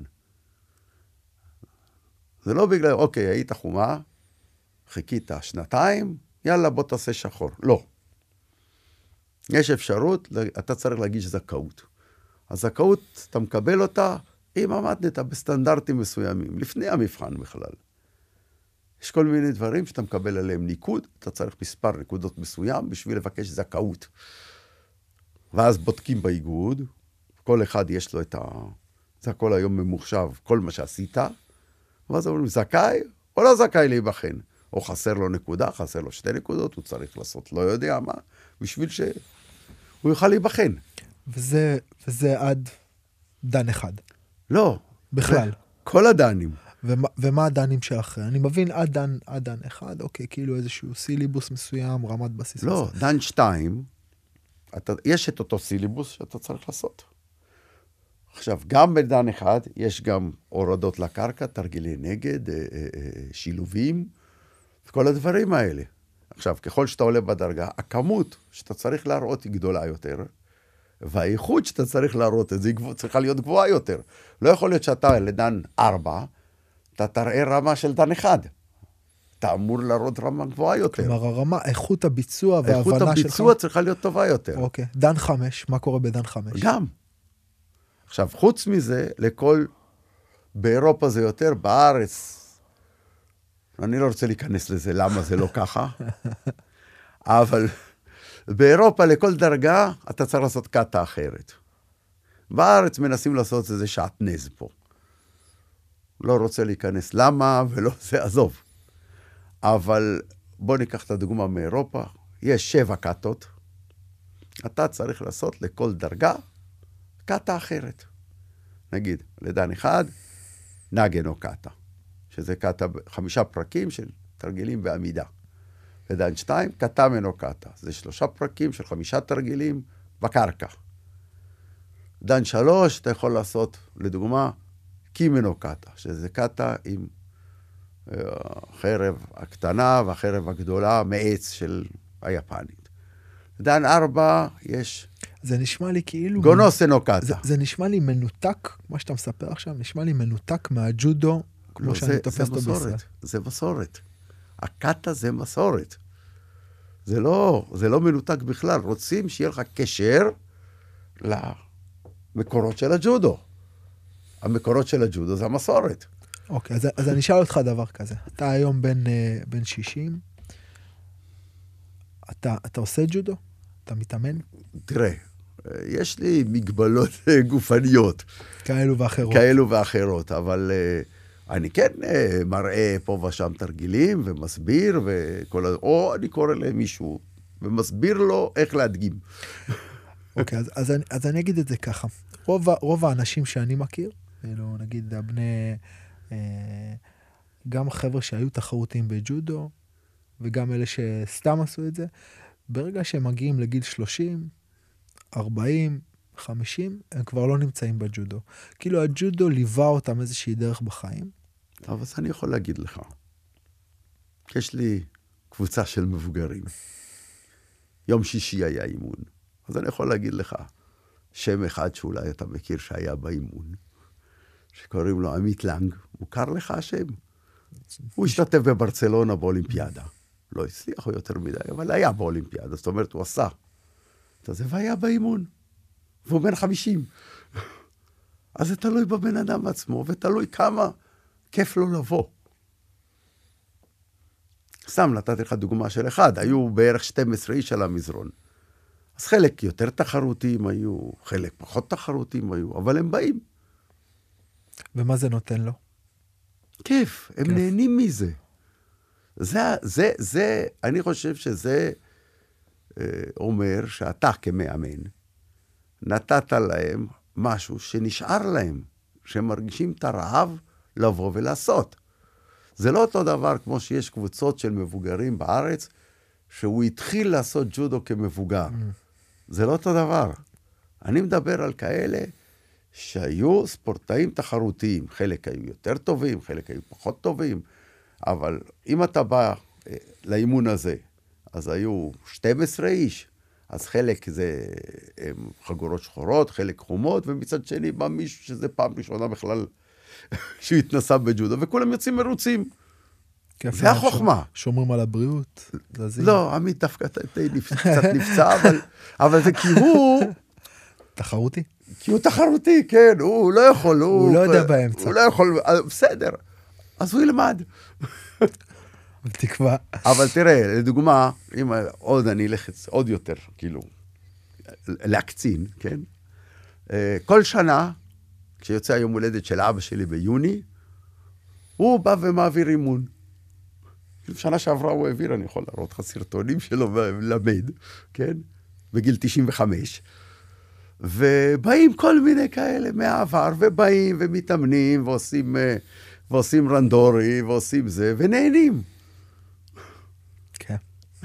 זה לא בגלל, אוקיי, היית חומה, חיכית שנתיים, יאללה בוא תעשה שחור. לא. יש אפשרות, אתה צריך להגיש זכאות. הזכאות, אתה מקבל אותה, אם עמדת בסטנדרטים מסוימים, לפני המבחן בכלל. יש כל מיני דברים שאתה מקבל עליהם ניקוד, אתה צריך מספר נקודות מסוים בשביל לבקש זכאות. ואז בודקים באיגוד, כל אחד יש לו את ה... זה הכל היום ממוחשב, כל מה שעשית, ואז אומרים, זכאי או לא זכאי להיבחן? או חסר לו נקודה, חסר לו שתי נקודות, הוא צריך לעשות לא יודע מה, בשביל שהוא יוכל להיבחן. וזה, וזה עד דן אחד. לא. בכלל. כל הדנים. ומה, ומה הדנים שאחרי? אני מבין עד דן, עד דן אחד, אוקיי, כאילו איזשהו סיליבוס מסוים, רמת בסיס. לא, מסוים. דן שתיים, אתה, יש את אותו סיליבוס שאתה צריך לעשות. עכשיו, גם בדן אחד, יש גם הורדות לקרקע, תרגילי נגד, שילובים, וכל הדברים האלה. עכשיו, ככל שאתה עולה בדרגה, הכמות שאתה צריך להראות היא גדולה יותר, והאיכות שאתה צריך להראות את זה, היא צריכה להיות גבוהה יותר. לא יכול להיות שאתה לדן ארבע, אתה תראה רמה של דן אחד. אתה אמור להראות רמה גבוהה יותר. כלומר, הרמה, איכות הביצוע וההבנה שלך. איכות הביצוע צריכה להיות טובה יותר. אוקיי. דן חמש, מה קורה בדן חמש? גם. עכשיו, חוץ מזה, לכל, באירופה זה יותר, בארץ, אני לא רוצה להיכנס לזה, למה זה לא ככה, אבל באירופה לכל דרגה, אתה צריך לעשות קאטה אחרת. בארץ מנסים לעשות איזה שעטנז פה. לא רוצה להיכנס למה, ולא זה, עזוב. אבל בוא ניקח את הדוגמה מאירופה, יש שבע קאטות, אתה צריך לעשות לכל דרגה קאטה אחרת. נגיד, לדן אחד, נגן או קאטה, שזה קאטה, חמישה פרקים של תרגילים בעמידה. לדן שתיים, קטאמן או קאטה, זה שלושה פרקים של חמישה תרגילים בקרקע. דן שלוש, אתה יכול לעשות, לדוגמה, קימן או קאטה, שזה קאטה עם החרב הקטנה והחרב הגדולה מעץ של היפנית. דן ארבע, יש... זה נשמע לי כאילו... גונוסן או קאטה. זה, זה נשמע לי מנותק, מה שאתה מספר עכשיו, נשמע לי מנותק מהג'ודו, כמו לא, שאני זה, תופס זה אותו מסורת, בישראל. זה מסורת. הקאטה זה מסורת. זה לא, זה לא מנותק בכלל. רוצים שיהיה לך קשר למקורות של הג'ודו. המקורות של הג'ודו זה המסורת. אוקיי, אז, אז אני אשאל אותך דבר כזה. אתה היום בן, בן שישים, אתה, אתה עושה ג'ודו? אתה מתאמן? תראה, יש לי מגבלות גופניות. כאלו ואחרות. כאלו ואחרות, אבל uh, אני כן uh, מראה פה ושם תרגילים ומסביר, וכל, או אני קורא למישהו ומסביר לו איך להדגים. אוקיי, אז, אז, אני, אז אני אגיד את זה ככה. רוב, רוב האנשים שאני מכיר, אלו, נגיד הבני, אה, גם חבר'ה שהיו תחרותיים בג'ודו, וגם אלה שסתם עשו את זה, ברגע שהם מגיעים לגיל שלושים, ארבעים, חמישים, הם כבר לא נמצאים בג'ודו. כאילו הג'ודו ליווה אותם איזושהי דרך בחיים. טוב, אז אני יכול להגיד לך. יש לי קבוצה של מבוגרים. יום שישי היה אימון. אז אני יכול להגיד לך, שם אחד שאולי אתה מכיר שהיה באימון, שקוראים לו עמית לנג, מוכר לך השם. הוא השתתף בברצלונה באולימפיאדה. לא הצליח יותר מדי, אבל היה באולימפיאדה. זאת אומרת, הוא עשה. זה והיה באימון. והוא בן חמישים. אז זה תלוי בבן אדם עצמו, ותלוי כמה כיף לו לבוא. סתם נתתי לך דוגמה של אחד, היו בערך שתים עשרה איש על המזרון. אז חלק יותר תחרותיים היו, חלק פחות תחרותיים היו, אבל הם באים. ומה זה נותן לו? כיף, הם כיף. נהנים מזה. זה, זה, זה, אני חושב שזה אה, אומר שאתה כמאמן, נתת להם משהו שנשאר להם, שהם מרגישים את הרעב לבוא ולעשות. זה לא אותו דבר כמו שיש קבוצות של מבוגרים בארץ, שהוא התחיל לעשות ג'ודו כמבוגר. Mm. זה לא אותו דבר. אני מדבר על כאלה שהיו ספורטאים תחרותיים. חלק היו יותר טובים, חלק היו פחות טובים. אבל אם אתה בא לאימון הזה, אז היו שתים עשרה איש, אז חלק זה הם חגורות שחורות, חלק חומות, ומצד שני בא מישהו שזה פעם ראשונה בכלל שהוא התנסה בג'ודו, וכולם יוצאים מרוצים. זה החוכמה. שומרים על הבריאות. לא, עמית דווקא קצת נפצע, אבל זה כי הוא... תחרותי? כי הוא תחרותי, כן, הוא לא יכול. הוא לא יודע באמצע. הוא לא יכול, בסדר. אז הוא ילמד. תקווה. אבל תראה, לדוגמה, אם עוד אני אלך עוד יותר, כאילו, להקצין, כן? כל שנה, כשיוצא היום הולדת של אבא שלי ביוני, הוא בא ומעביר אימון. שנה שעברה הוא העביר, אני יכול להראות לך סרטונים שלו ולמד, כן? בגיל תשעים וחמש. ובאים כל מיני כאלה מהעבר, ובאים ומתאמנים, ועושים, ועושים רנדורי, ועושים זה, ונהנים. כן.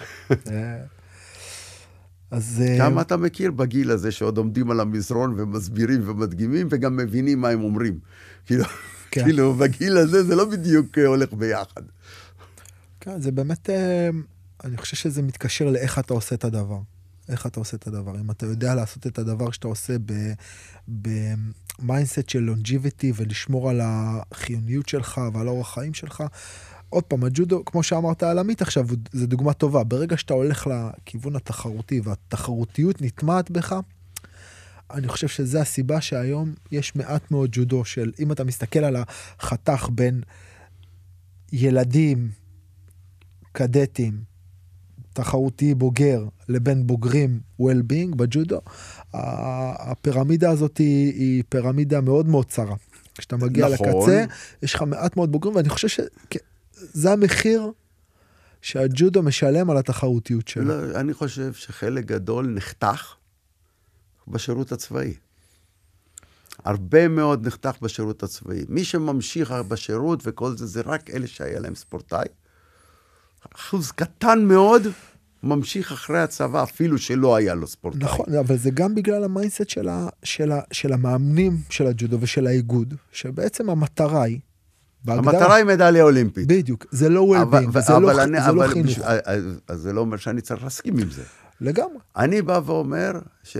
אז... כמה אתה מכיר בגיל הזה שעוד עומדים על המזרון ומסבירים ומדגימים, וגם מבינים מה הם אומרים. כאילו, כן. כאילו בגיל הזה זה לא בדיוק הולך ביחד. כן, זה באמת, אני חושב שזה מתקשר לאיך אתה עושה את הדבר. איך אתה עושה את הדבר. אם אתה יודע לעשות את הדבר שאתה עושה במיינדסט של לונג'יביטי, ולשמור על החיוניות שלך ועל אורח חיים שלך, עוד פעם, הג'ודו, כמו שאמרת על עמית עכשיו, זו דוגמה טובה. ברגע שאתה הולך לכיוון התחרותי, והתחרותיות נטמעת בך, אני חושב שזה הסיבה שהיום יש מעט מאוד ג'ודו של, אם אתה מסתכל על החתך בין ילדים, קדטים, תחרותי בוגר, לבין בוגרים well-being בג'ודו, הפירמידה הזאת היא, היא פירמידה מאוד מאוד צרה. כשאתה מגיע נכון. לקצה, יש לך מעט מאוד בוגרים, ואני חושב שזה המחיר שהג'ודו משלם על התחרותיות שלו. לא, אני חושב שחלק גדול נחתך בשירות הצבאי. הרבה מאוד נחתך בשירות הצבאי. מי שממשיך בשירות וכל זה, זה רק אלה שהיה להם ספורטאי. אחוז קטן מאוד ממשיך אחרי הצבא, אפילו שלא היה לו ספורטאי. נכון, אבל זה גם בגלל המיינדסט של, ה, של, ה, של המאמנים של הג'ודו ושל האיגוד, שבעצם המטרה היא, בהגדרה, המטרה היא מדליה אולימפית. בדיוק, זה לא well-being, וזה לא, אני, זה אבל לא חינוך. בש... אז זה לא אומר שאני צריך להסכים עם זה. לגמרי. אני בא ואומר ש...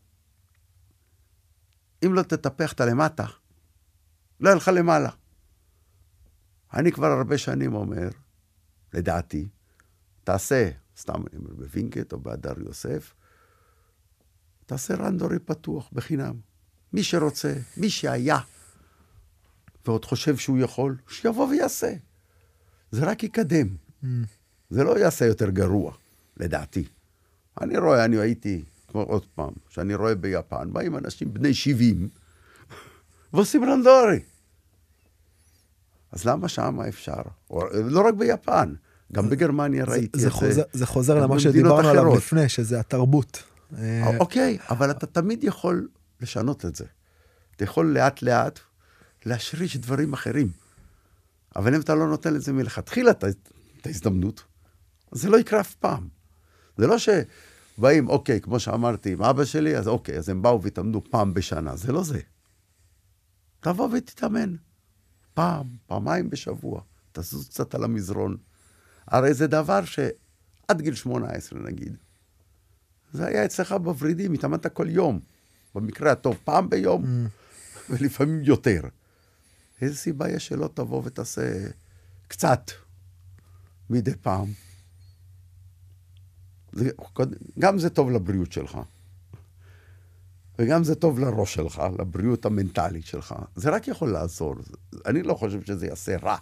אם לא תטפח את הלמטה, לא ילך למעלה. אני כבר הרבה שנים אומר, לדעתי, תעשה, סתם אני אומר, בווינקט או באדר יוסף, תעשה רנדורי פתוח בחינם. מי שרוצה, מי שהיה, ועוד חושב שהוא יכול, שיבוא ויעשה. זה רק יקדם. Mm. זה לא יעשה יותר גרוע, לדעתי. אני רואה, אני הייתי, כמו עוד פעם, שאני רואה ביפן, באים אנשים בני שבעים, ועושים רנדורי. אז למה שם אפשר? או, לא רק ביפן, גם בגרמניה ראיתי זה, את חוזר, זה. זה חוזר למה שדיברנו עליו לפני, שזה התרבות. אוקיי, אבל אתה תמיד יכול לשנות את זה. אתה יכול לאט לאט להשריש דברים אחרים. אבל אם אתה לא נותן לזה מלכתחילה את ההזדמנות, זה לא יקרה אף פעם. זה לא שבאים, אוקיי, כמו שאמרתי, עם אבא שלי, אז אוקיי, אז הם באו והתאמנו פעם בשנה. זה לא זה. תבוא ותתאמן. פעם, פעמיים בשבוע. תזוז קצת על המזרון. הרי זה דבר שעד גיל שמונה עשרה נגיד, זה היה אצלך בוורידים, התאמנת כל יום. במקרה הטוב, פעם ביום, mm. ולפעמים יותר. איזה סיבה יש שלא תבוא ותעשה קצת מדי פעם. זה, גם זה טוב לבריאות שלך. וגם זה טוב לראש שלך, לבריאות המנטלית שלך. זה רק יכול לעזור. אני לא חושב שזה יעשה רע.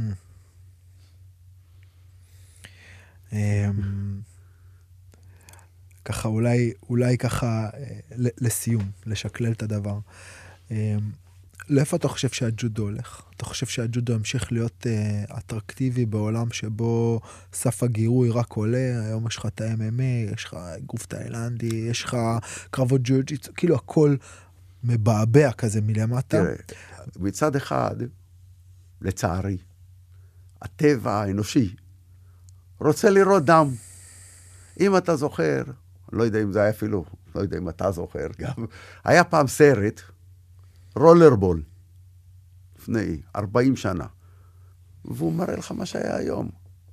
ככה אולי, אולי ככה לסיום, לשקלל את הדבר. לאיפה אתה חושב שהג'ודו הולך? אתה חושב שהג'ודו המשיך להיות uh, אטרקטיבי בעולם שבו סף הגירוי רק עולה, היום יש לך את ה-אם אם איי, יש לך גוף תאילנדי, יש לך קרבות ג'ו-ג'יטסו, כאילו הכל מבעבע כזה מלמטה. תראה, מצד אחד, לצערי, הטבע האנושי רוצה לראות דם. אם אתה זוכר, לא יודע אם זה היה אפילו, לא יודע אם אתה זוכר גם, היה פעם סרט, רולרבול, לפני ארבעים שנה, והוא מראה לך מה שהיה היום.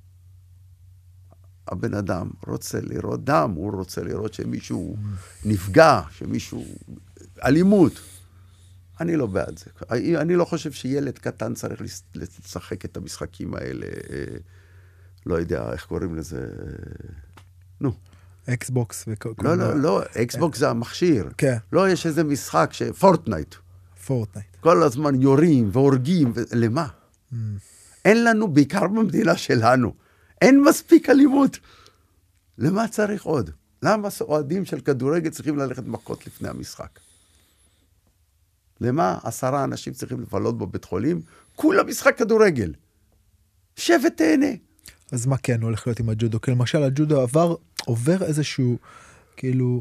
הבן אדם רוצה לראות דם, הוא רוצה לראות שמישהו נפגע, שמישהו אלימות. אני לא בעד זה. אני לא חושב שילד קטן צריך לשחק את המשחקים האלה, לא יודע איך קוראים לזה, נו. אקסבוקס. לא, לא, לא, אקסבוקס זה המכשיר. כן. לא, יש איזה משחק ש... פורטנייט. פורטנייט. כל הזמן יורים והורגים, למה? Mm. אין לנו, בעיקר במדינה שלנו, אין מספיק אלימות. למה צריך עוד? למה אוהדים של כדורגל צריכים ללכת מכות לפני המשחק? למה עשרה אנשים צריכים לבלות בבית חולים? כולה משחק כדורגל. שב ותהנה. אז מה כן הולך להיות עם הג'ודו? כי למשל הג'ודו עבר, עובר איזשהו, כאילו,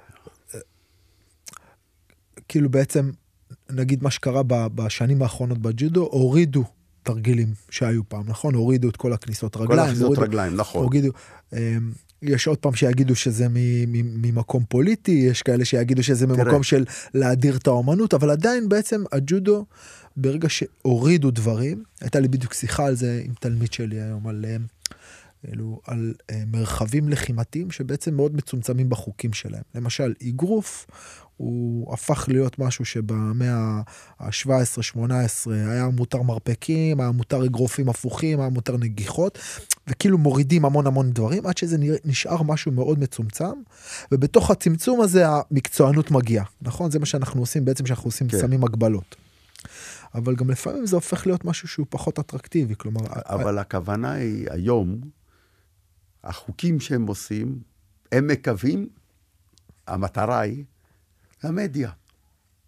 כאילו בעצם, נגיד מה שקרה בשנים האחרונות בג'ודו, הורידו תרגילים שהיו פעם, נכון? הורידו את כל הכניסות רגליים. כל הכניסות רגליים, נכון. הורידו, יש עוד פעם שיגידו שזה ממקום פוליטי, יש כאלה שיגידו שזה ממקום של להדיר את האומנות, אבל עדיין בעצם הג'ודו, ברגע שהורידו דברים, הייתה לי בדיוק שיחה על זה עם תלמיד שלי היום, על, אלו, על מרחבים לחימתיים שבעצם מאוד מצומצמים בחוקים שלהם. למשל, אגרוף, הוא הפך להיות משהו שבמאה ה-שבע עשרה שמונה עשרה היה מותר מרפקים, היה מותר אגרופים הפוכים, היה מותר נגיחות, וכאילו מורידים המון המון דברים, עד שזה נשאר משהו מאוד מצומצם, ובתוך הצמצום הזה המקצוענות מגיעה, נכון? זה מה שאנחנו עושים בעצם, שאנחנו עושים כן. שמים הגבלות. אבל גם לפעמים זה הופך להיות משהו שהוא פחות אטרקטיבי, כלומר... אבל ה... הכוונה היא היום, החוקים שהם עושים, הם מקווים, המטרה היא, למדיה.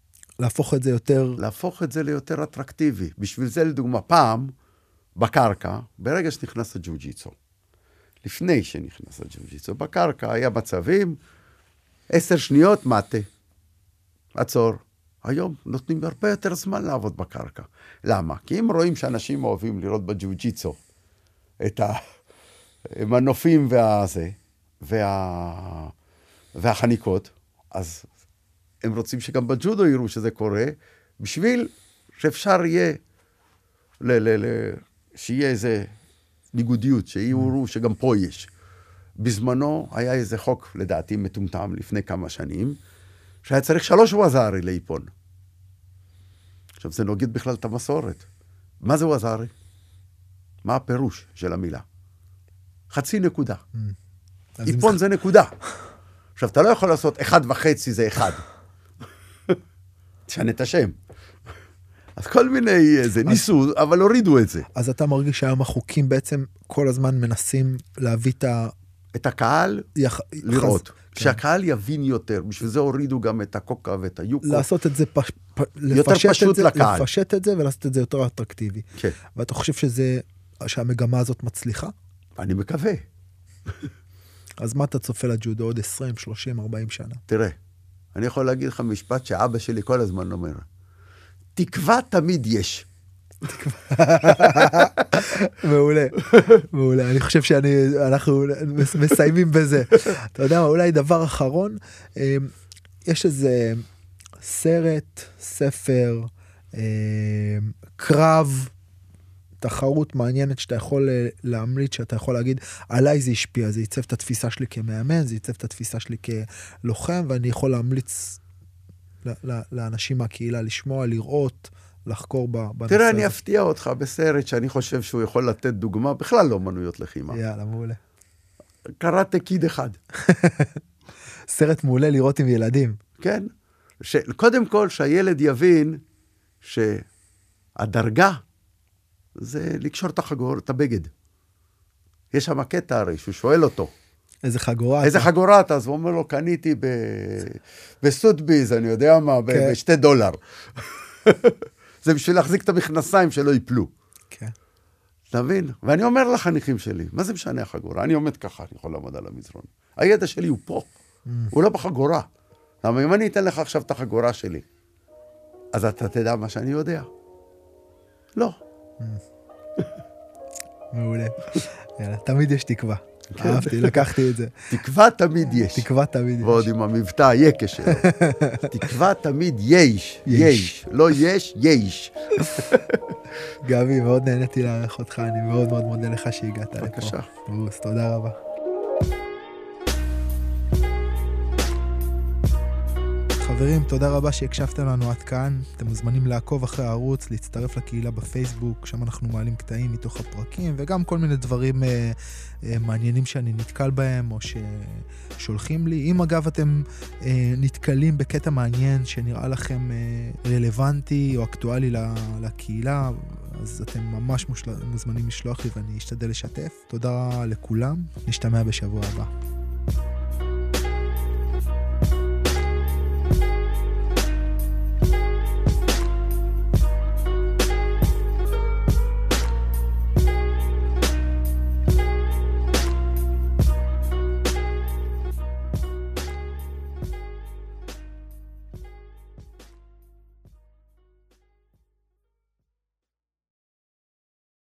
להפוך את זה יותר... להפוך את זה ליותר אטרקטיבי. בשביל זה, לדוגמה, פעם, בקרקע, ברגע שנכנס הג'ו-ג'יצו, לפני שנכנס הג'ו-ג'יצו, בקרקע היה מצבים, עשר שניות מטה, עצור. היום נותנים הרבה יותר זמן לעבוד בקרקע. למה? כי אם רואים שאנשים אוהבים לראות בג'ו-ג'יצו את המנופים והזה, וה... והחניקות, אז הם רוצים שגם בג'ודו יראו שזה קורה, בשביל שאפשר יהיה, ל- ל- ל- שיהיה איזה ניגודיות, שיראו שגם פה יש. בזמנו היה איזה חוק, לדעתי, מטומטם לפני כמה שנים, שהיה צריך שלוש ווזארי לאיפון. עכשיו, זה נוגד בכלל את המסורת. מה זה ווזארי? מה הפירוש של המילה? חצי נקודה. איפון זה נקודה. עכשיו, אתה לא יכול לעשות אחד וחצי זה אחד. תשנה את השם. אז כל מיני, זה ניסו, אבל הורידו את זה. אז אתה מרגיש שהיום החוקים בעצם כל הזמן מנסים להביא את ה... את הקהל יח... לראות. חז... כשהקהל יבין יותר, בשביל זה הורידו גם את הקוקה ואת היוקו. לעשות את זה, פ... פ... יותר פשוט את זה, לקהל. לפשט את זה ולעשות את זה יותר אטרקטיבי. כן. ואתה חושב שזה, שהמגמה הזאת מצליחה? אני מקווה. אז מה אתה צופה לג'ודו עוד עשרים, שלושים, ארבעים שנה? תראה, אני יכול להגיד לך משפט שאבא שלי כל הזמן אומר. תקווה תמיד יש. מעולה, מעולה. אני חושב שאנחנו מסיימים בזה. אתה יודע מה, אולי דבר אחרון, יש איזה סרט, ספר, קרב, תחרות מעניינת שאתה יכול להמליץ, שאתה יכול להגיד, עליי זה השפיע, זה ייצב את התפיסה שלי כמאמן, זה ייצב את התפיסה שלי כלוחם, ואני יכול להמליץ לאנשים מהקהילה לשמוע, לראות, לחקור בנושא. תראה, אני אפתיע אותך בסרט שאני חושב שהוא יכול לתת דוגמה, בכלל לא מנויות לחימה. יאללה, מעולה. קראטה קיד אחד. סרט מעולה לראות עם ילדים. כן. ש... קודם כל, שהילד יבין שהדרגה זה לקשור את החגור, את הבגד. יש שם קטע הרי, שהוא שואל אותו. איזה חגורה. איזה חגורה אתה? אז הוא אומר לו, קניתי ב... בסוטביז, אני יודע מה, כן. בשתי דולר. זה בשביל להחזיק את המכנסיים שלא ייפלו. כן. אתה מבין? ואני אומר לחניכים שלי, מה זה משנה החגורה? אני עומד ככה, אני יכול לעמוד על המזרון. הידע שלי הוא פה, mm. הוא לא בחגורה. למה אם אני אתן לך עכשיו את החגורה שלי, אז אתה תדע מה שאני יודע. לא. Mm. מעולה. יאללה, תמיד יש תקווה. אהבתי, לקחתי את זה. תקווה תמיד יש. תקווה תמיד יש. ועוד עם המבטא היקה שלו. תקווה תמיד יש. יש. לא יש, יש. גבי, מאוד נהניתי להערך אותך, אני מאוד מאוד מודה לך שהגעת לפה. בבקשה. ברוס, תודה רבה. חברים, תודה רבה שהקשבתם לנו עד כאן. אתם מוזמנים לעקוב אחרי הערוץ, להצטרף לקהילה בפייסבוק, שם אנחנו מעלים קטעים מתוך הפרקים, וגם כל מיני דברים אה, אה, מעניינים שאני נתקל בהם, או ששולחים לי. אם אגב אתם אה, נתקלים בקטע מעניין שנראה לכם אה, רלוונטי או אקטואלי לקהילה, אז אתם ממש מושל... מוזמנים לשלוח לי ואני אשתדל לשתף. תודה לכולם, נשתמע בשבוע הבא.